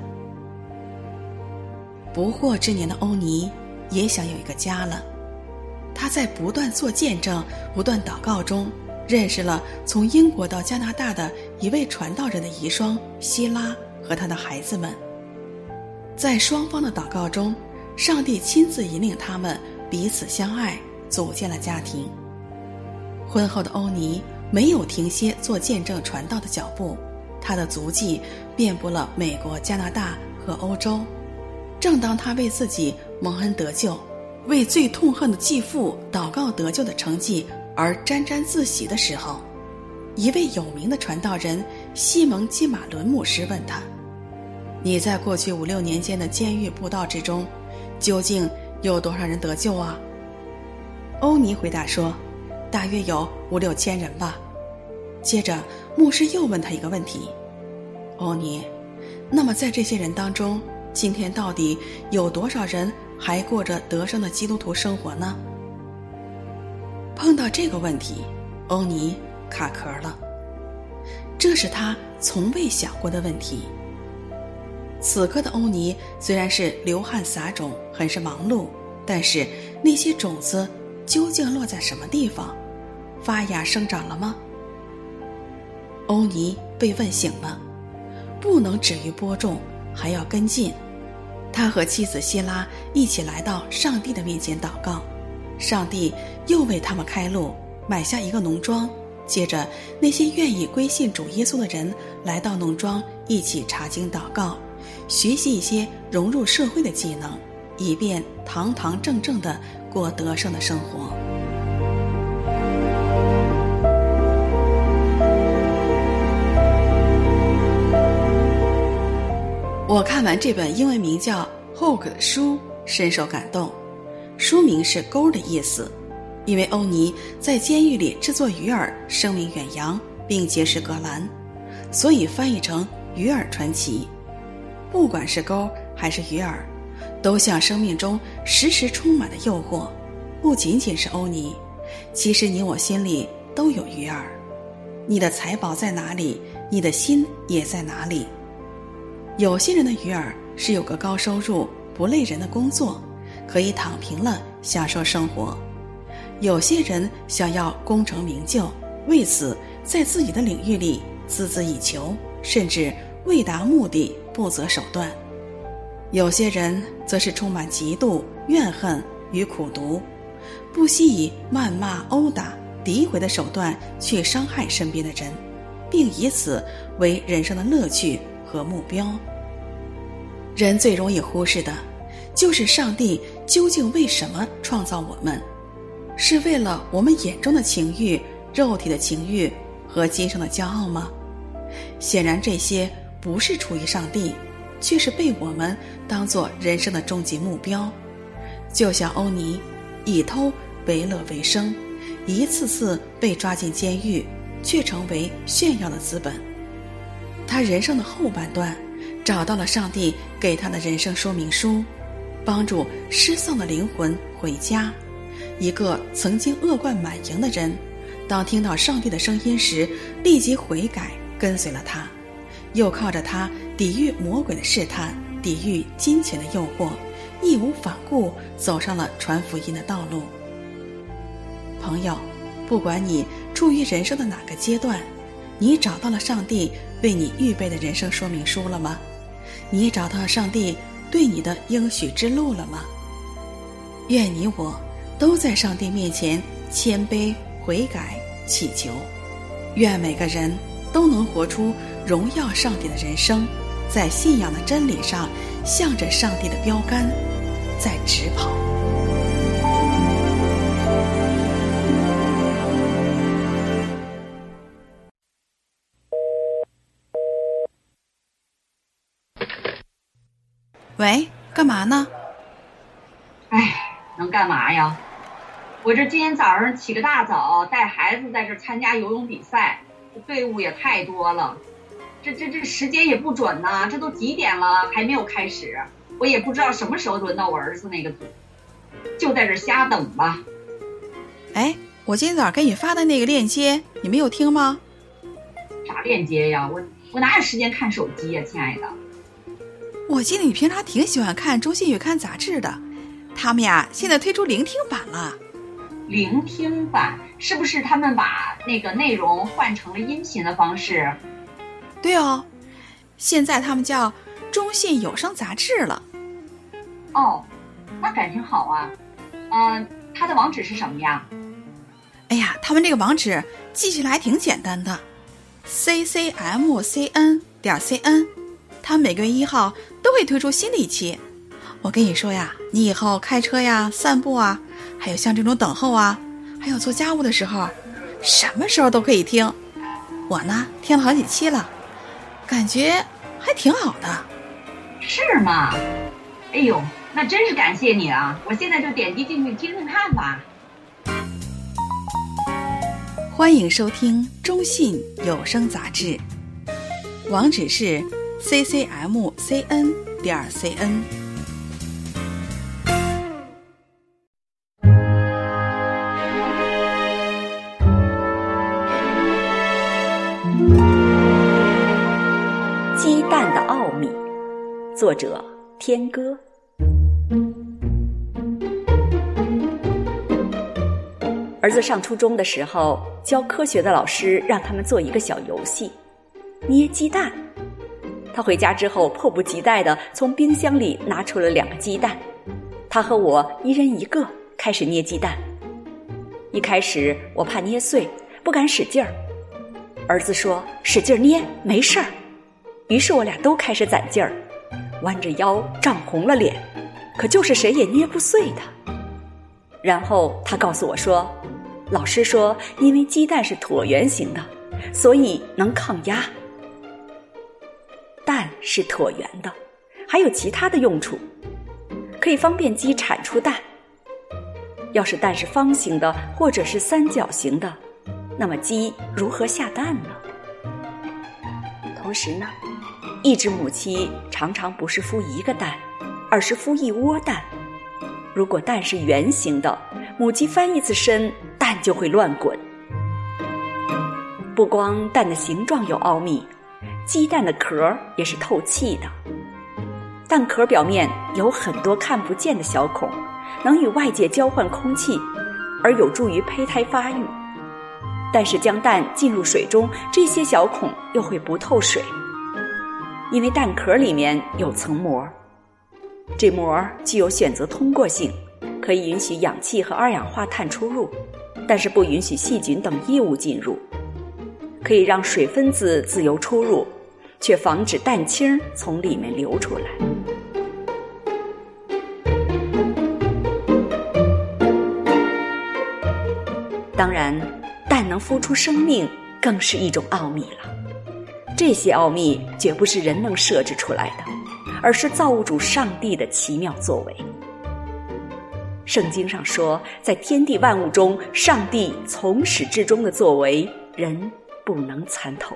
不惑之年的欧尼也想有一个家了。他在不断做见证、不断祷告中，认识了从英国到加拿大的一位传道人的遗孀希拉和他的孩子们。在双方的祷告中，上帝亲自引领他们彼此相爱，组建了家庭。婚后的欧尼没有停歇做见证传道的脚步，他的足迹遍布了美国、加拿大和欧洲。正当他为自己蒙恩得救，为最痛恨的继父祷告得救的成绩而沾沾自喜的时候，一位有名的传道人西蒙基马伦牧师问他：你在过去5-6年间的监狱布道之中，究竟有多少人得救啊？欧尼回答说，大约有5-6千人吧。接着牧师又问他一个问题：欧尼，那么在这些人当中，今天到底有多少人还过着得胜的基督徒生活呢？碰到这个问题，欧尼卡壳了。这是他从未想过的问题。此刻的欧尼虽然是流汗撒种，很是忙碌，但是那些种子究竟落在什么地方？发芽生长了吗？欧尼被问醒了，不能止于播种，还要跟进。他和妻子希拉一起来到上帝的面前祷告，上帝又为他们开路，买下一个农庄。接着那些愿意归信主耶稣的人来到农庄，一起查经祷告，学习一些融入社会的技能，以便堂堂正正地过得胜的生活。我看完这本英文名叫 Hook 的书，深受感动。书名是钩的意思，因为欧尼在监狱里制作鱼饵，声名远扬，并结识格兰，所以翻译成鱼饵传奇。不管是钩还是鱼饵，都像生命中时时充满的诱惑。不仅仅是欧尼，其实你我心里都有鱼饵。你的财宝在哪里，你的心也在哪里。有些人的鱼饵是有个高收入、不累人的工作，可以躺平了享受生活。有些人想要功成名就，为此在自己的领域里孜孜以求，甚至为达目的不择手段。有些人则是充满嫉妒、怨恨与苦毒，不惜以谩骂、殴打、诋毁的手段去伤害身边的人，并以此为人生的乐趣和目标。人最容易忽视的， 就是上帝究竟为什么创造我们？是为了我们眼中的情欲、肉体的情欲和今生的骄傲吗？显然这些不是出于上帝，却是被我们当作人生的终极目标。就像欧尼以偷为乐为生，一次次被抓进监狱，却成为炫耀的资本。他人生的后半段找到了上帝给他的人生说明书，帮助失丧的灵魂回家。一个曾经恶贯满盈的人，当听到上帝的声音时，立即悔改，跟随了他，又靠着他抵御魔鬼的试探，抵御金钱的诱惑，义无反顾走上了传福音的道路。朋友，不管你处于人生的哪个阶段，你找到了上帝为你预备的人生说明书了吗？你找到上帝对你的应许之路了吗？愿你我都在上帝面前谦卑悔改祈求，愿每个人都能活出荣耀上帝的人生，在信仰的真理上向着上帝的标杆在直跑。喂，干嘛呢？ 能干嘛呀？我这今天早上起个大早，带孩子在这参加游泳比赛，这队伍也太多了，这时间也不准呢，这都几点了还没有开始，我也不知道什么时候轮到我儿子那个组，就在这瞎等吧。 我今天早上给你发的那个链接，你没有听吗？ 啥链接呀？我哪有时间看手机呀，亲爱的。 我记得你平常挺喜欢看《中信月刊》杂志的，他们呀现在推出聆听版了。 聆听版是不是他们把那个内容换成了音频的方式？ 对哦，现在他们叫中信有声杂志了。 哦，那感情好啊。它的网址是什么呀？ 他们这个网址记起来还挺简单的， ccmcn.cn， 他们每个月1号都会推出新的一期。我跟你说呀，你以后开车呀、散步啊，还有像这种等候啊，还有做家务的时候，什么时候都可以听。我呢听了好几期了，感觉还挺好的。 是吗？哎呦，那真是感谢你啊，我现在就点击进去听听看吧。 欢迎收听中信有声杂志，网址是 ccmcn.cn。 鸡蛋的奥秘，作者天歌。儿子上初中的时候，教科学的老师让他们做一个小游戏，捏鸡蛋。他回家之后迫不及待地从冰箱里拿出了2个鸡蛋，他和我一人1个，开始捏鸡蛋。一开始我怕捏碎，不敢使劲儿。儿子说使劲捏没事儿，于是我俩都开始攒劲儿，弯着腰涨红了脸，可就是谁也捏不碎它。然后他告诉我说，老师说因为鸡蛋是椭圆形的，所以能抗压。蛋是椭圆的，还有其他的用处，可以方便鸡产出蛋。要是蛋是方形的或者是三角形的，那么鸡如何下蛋呢？同时呢，一只母鸡常常不是孵1个蛋，而是孵1窝蛋。如果蛋是圆形的，母鸡翻1次身，蛋就会乱滚。不光蛋的形状有奥秘，鸡蛋的壳也是透气的。蛋壳表面有很多看不见的小孔，能与外界交换空气，而有助于胚胎发育。但是将蛋进入水中，这些小孔又会不透水，因为蛋壳里面有层膜。这膜具有选择通过性，可以允许氧气和二氧化碳出入，但是不允许细菌等异物进入，可以让水分子自由出入，却防止蛋清从里面流出来。 当然，蛋能孵出生命更是一种奥秘了。这些奥秘绝不是人能设置出来的，而是造物主上帝的奇妙作为。圣经上说，在天地万物中，上帝从始至终的作为，人不能参透。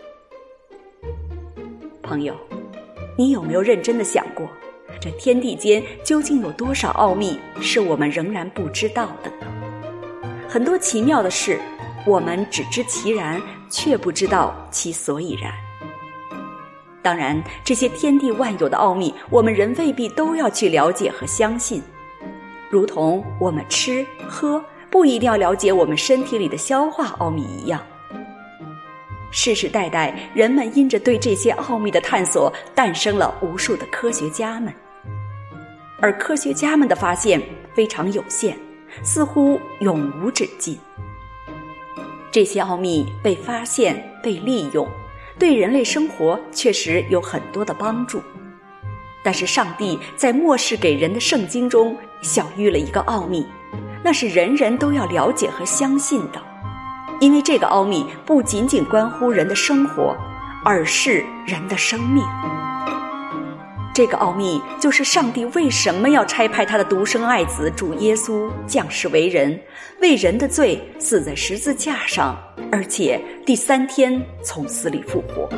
朋友，你有没有认真地想过，这天地间究竟有多少奥秘是我们仍然不知道的呢？很多奇妙的事，我们只知其然，却不知道其所以然。当然，这些天地万有的奥秘，我们人未必都要去了解和相信。如同我们吃喝不一定要了解我们身体里的消化奥秘一样，世世代代人们因着对这些奥秘的探索，诞生了无数的科学家们。而科学家们的发现非常有限，似乎永无止境。这些奥秘被发现、被利用，对人类生活确实有很多的帮助。但是上帝在默示给人的圣经中晓谕了一个奥秘，那是人人都要了解和相信的。因为这个奥秘不仅仅关乎人的生活，而是人的生命。这个奥秘就是上帝为什么要差派他的独生爱子主耶稣降世为人，为人的罪死在十字架上，而且第3天从死里复活。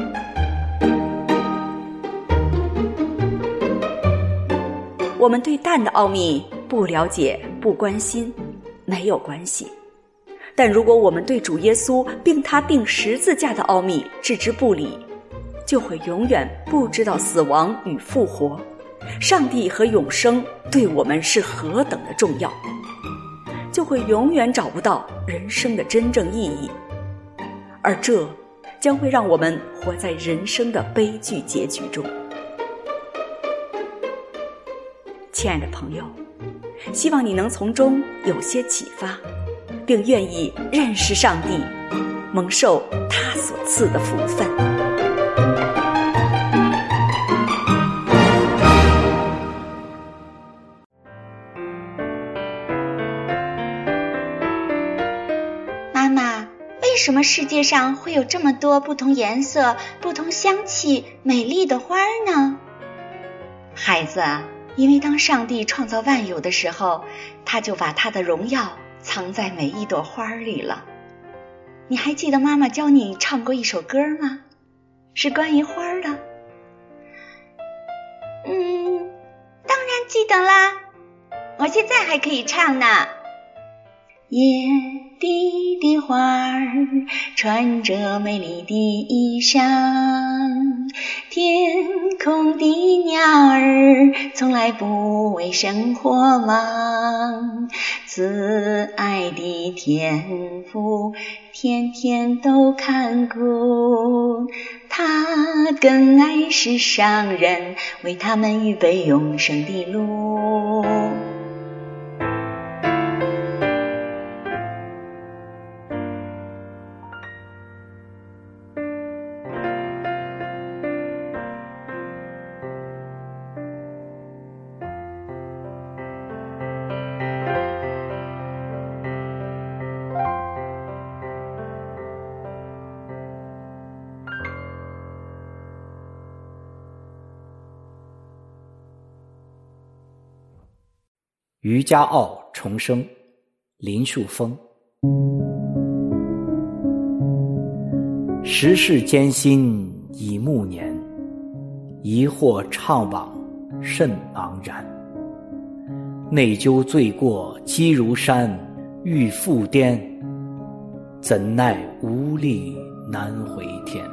我们对蛋的奥秘不了解、不关心，没有关系。但如果我们对主耶稣并他钉十字架的奥秘置之不理，就会永远不知道死亡与复活，上帝和永生对我们是何等的重要，就会永远找不到人生的真正意义，而这将会让我们活在人生的悲剧结局中。亲爱的朋友，希望你能从中有些启发，并愿意认识上帝，蒙受他所赐的福分。 妈妈，为什么世界上会有这么多不同颜色、不同香气、美丽的花呢？孩子啊，因为当上帝创造万有的时候，他就把他的荣耀藏在每一朵花里了。你还记得妈妈教你唱过一首歌吗？是关于花的。当然记得啦，我现在还可以唱呢。野地的花儿穿着美丽的衣裳，天空的鸟儿从来不为生活忙，慈爱的天父天天都看顾，他更爱世上人，为他们预备永生的路。 余家傲重生，林树峰。时世艰辛已暮年，疑惑怅惘甚茫然。内疚罪过积如山，欲复颠，怎奈无力难回天。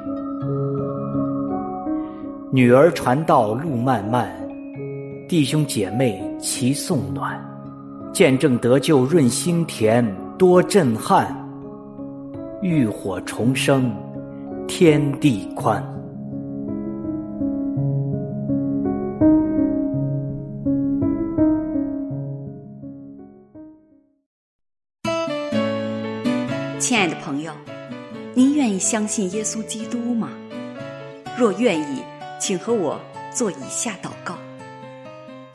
女儿传道路漫漫，弟兄姐妹齐送暖，见证得救润心田，多震撼。浴火重生，天地宽。 亲爱的朋友，您愿意相信耶稣基督吗？若愿意，请和我做以下祷告。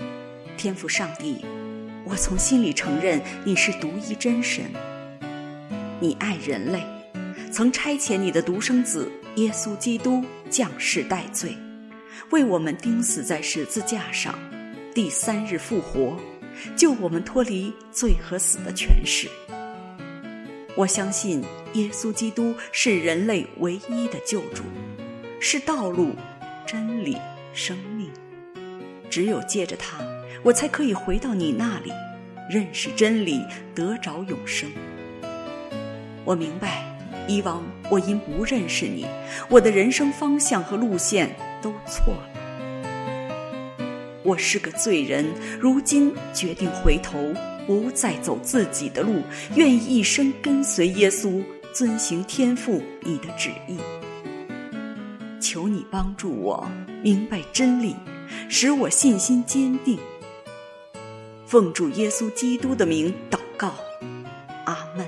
天父上帝，我从心里承认你是独一真神， 你爱人类，曾差遣你的独生子耶稣基督降世代罪，为我们钉死在十字架上，第3日复活，救我们脱离罪和死的权势。我相信耶稣基督是人类唯一的救主，是道路、真理、生命。只有借着他，我才可以回到你那里，认识真理，得着永生。我明白，以往我因不认识你，我的人生方向和路线都错了。我是个罪人，如今决定回头，不再走自己的路，愿意一生跟随耶稣，遵行天父你的旨意。求你帮助我明白真理，使我信心坚定。奉主耶稣基督的名祷告，阿们。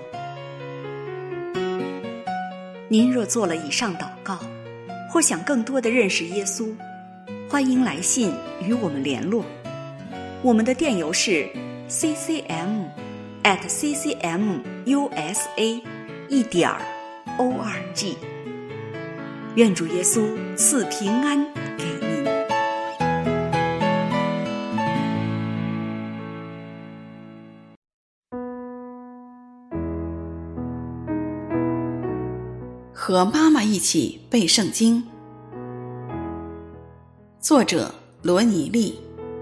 您若做了以上祷告，或想更多的认识耶稣，欢迎来信与我们联络。我们的电邮是 ccm@ccmusa.org。愿主耶稣赐平安给您。 和妈妈一起背圣经，作者罗尼利。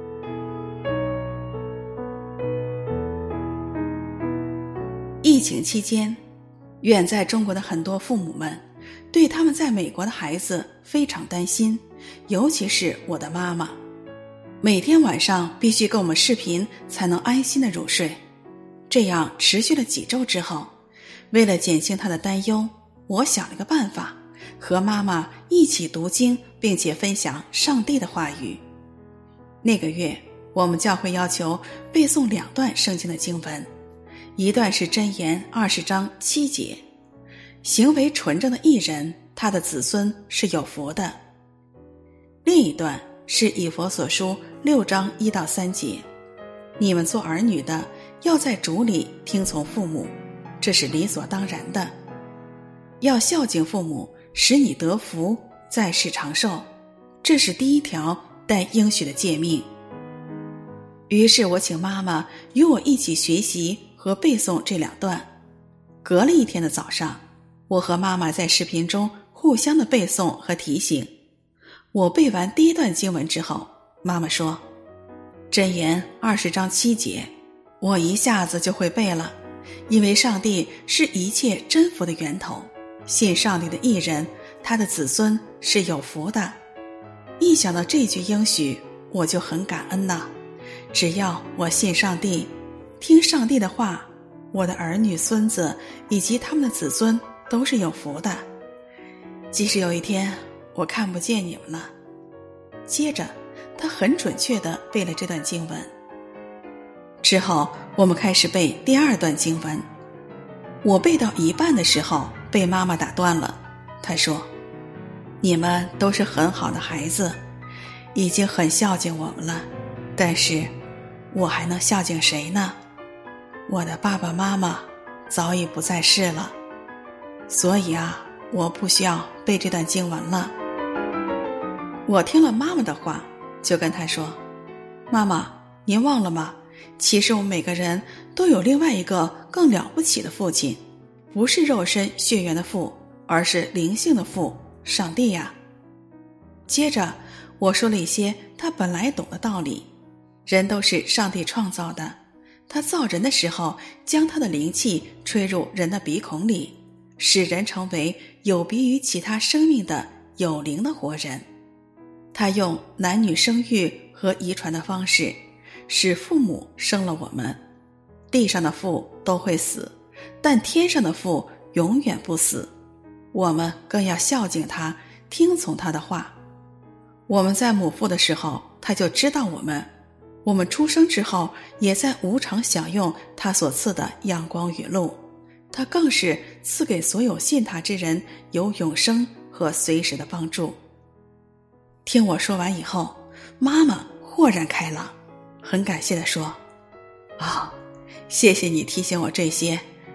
疫情期间，远在中国的很多父母们对他们在美国的孩子非常担心，尤其是我的妈妈，每天晚上必须跟我们视频才能安心的入睡。这样持续了几周之后，为了减轻她的担忧，我想了个办法，和妈妈一起读经，并且分享上帝的话语。那个月，我们教会要求背诵2段圣经的经文，一段是箴言20章7节，行为纯正的义人，他的子孙是有福的。另一段是以弗所书6章1到3节，你们做儿女的，要在主里听从父母，这是理所当然的。要孝敬父母，使你得福，在世长寿，这是第一条带应许的诫命。于是我请妈妈与我一起学习和背诵这2段。隔了一天的早上，我和妈妈在视频中互相的背诵和提醒。我背完第1段经文之后，妈妈说，箴言20章7节，我一下子就会背了，因为上帝是一切真福的源头，信上帝的义人，他的子孙是有福的。一想到这句应许，我就很感恩呐。只要我信上帝，听上帝的话，我的儿女孙子以及他们的子孙都是有福的。即使有一天我看不见你们了。接着他很准确地背了这段经文。之后我们开始背第2段经文。我背到一半的时候被妈妈打断了。她说，你们都是很好的孩子，已经很孝敬我们了，但是我还能孝敬谁呢？我的爸爸妈妈早已不在世了，所以我不需要背这段经文了。我听了妈妈的话，就跟她说，妈妈，您忘了吗？其实我们每个人都有另外一个更了不起的父亲，不是肉身血缘的父，而是灵性的父，上帝呀。接着我说了一些他本来懂的道理。人都是上帝创造的，他造人的时候，将他的灵气吹入人的鼻孔里，使人成为有别于其他生命的有灵的活人。他用男女生育和遗传的方式，使父母生了我们。地上的父都会死，但天上的父永远不死。我们更要孝敬他，听从他的话。我们在母腹的时候，他就知道我们。我们出生之后，也在无偿享用他所赐的阳光雨露。他更是赐给所有信他之人有永生和随时的帮助。听我说完以后，妈妈豁然开朗，很感谢地说，谢谢你提醒我这些，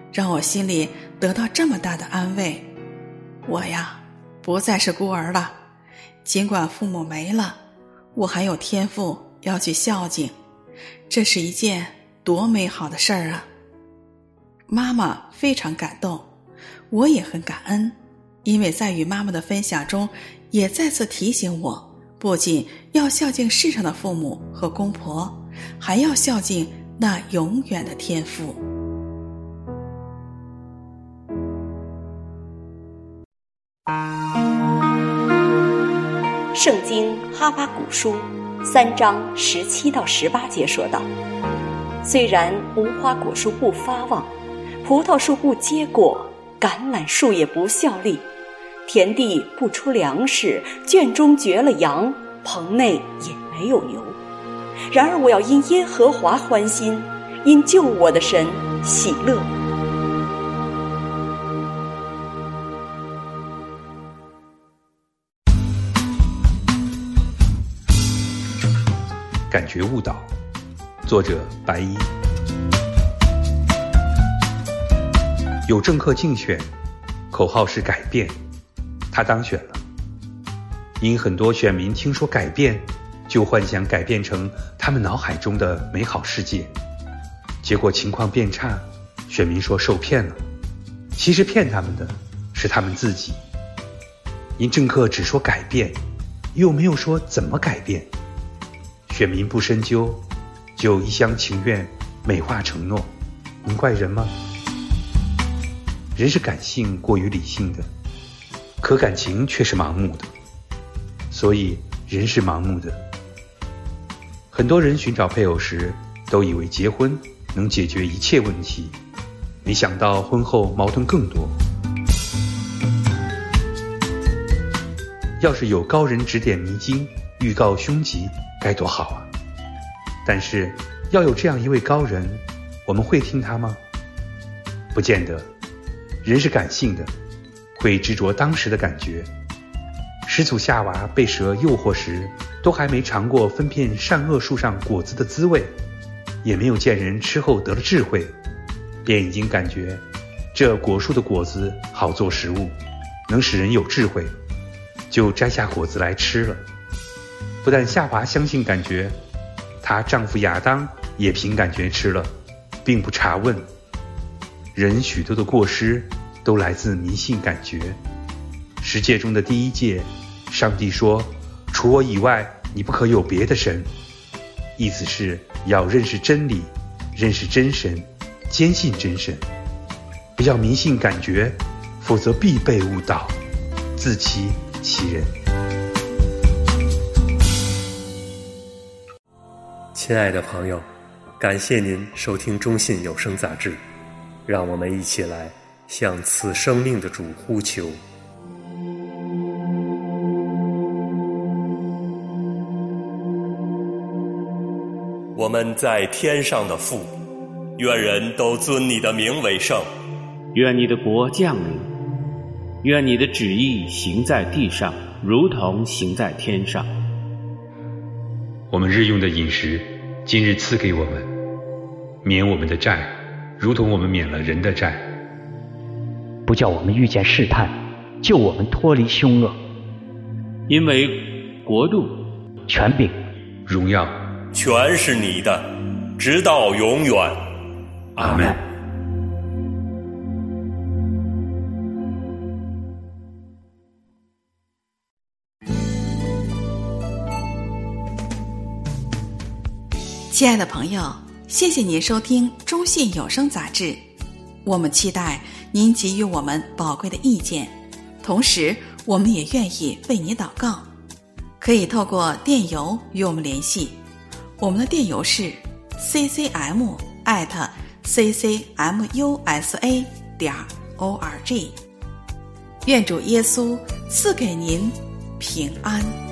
让我心里得到这么大的安慰。我呀，不再是孤儿了，尽管父母没了，我还有天父要去孝敬，这是一件多美好的事儿啊！妈妈非常感动，我也很感恩，因为在与妈妈的分享中，也再次提醒我，不仅要孝敬世上的父母和公婆，还要孝敬那永远的天父。 圣经哈巴谷书3章17到18节说道：虽然无花果树不发旺，葡萄树不结果，橄榄树也不效力，田地不出粮食，圈中绝了羊，棚内也没有牛。然而我要因耶和华欢心，因救我的神喜乐。 感觉误导，作者白衣。有政客竞选，口号是改变，他当选了。因很多选民听说改变，就幻想改变成他们脑海中的美好世界，结果情况变差，选民说受骗了。其实骗他们的是他们自己。因政客只说改变，又没有说怎么改变，选民不深究，就一厢情愿美化承诺，能怪人吗？人是感性过于理性的，可感情却是盲目的，所以人是盲目的。很多人寻找配偶时，都以为结婚能解决一切问题，没想到婚后矛盾更多。要是有高人指点迷津，预告凶吉，该多好啊！但是要有这样一位高人，我们会听他吗？不见得。人是感性的，会执着当时的感觉。始祖夏娃被蛇诱惑时，都还没尝过分辨善恶树上果子的滋味，也没有见人吃后得了智慧，便已经感觉这果树的果子好做食物，能使人有智慧，就摘下果子来吃了。不但夏娃相信感觉，她丈夫亚当也凭感觉吃了，并不查问。人许多的过失都来自迷信感觉。十诫中的第一诫，上帝说，除我以外，你不可有别的神。意思是要认识真理，认识真神，坚信真神，不要迷信感觉，否则必被误导，自欺欺人。 亲爱的朋友，感谢您收听中信有声杂志，让我们一起来向赐生命的主呼求。我们在天上的父，愿人都尊你的名为圣。 愿你的国降临，愿你的旨意行在地上，如同行在天上。 我们日用的饮食，今日赐给我们，免我们的债，如同我们免了人的债。 不叫我们遇见试探，救我们脱离凶恶。 因为国度、 权柄、 荣耀， 全是你的，直到永远。 阿们。 亲爱的朋友，谢谢您收听中信有声杂志，我们期待您给予我们宝贵的意见，同时我们也愿意为你祷告。可以透过电邮与我们联系，我们的电邮是 ccm@ccmusa.org。愿主耶稣赐给您平安。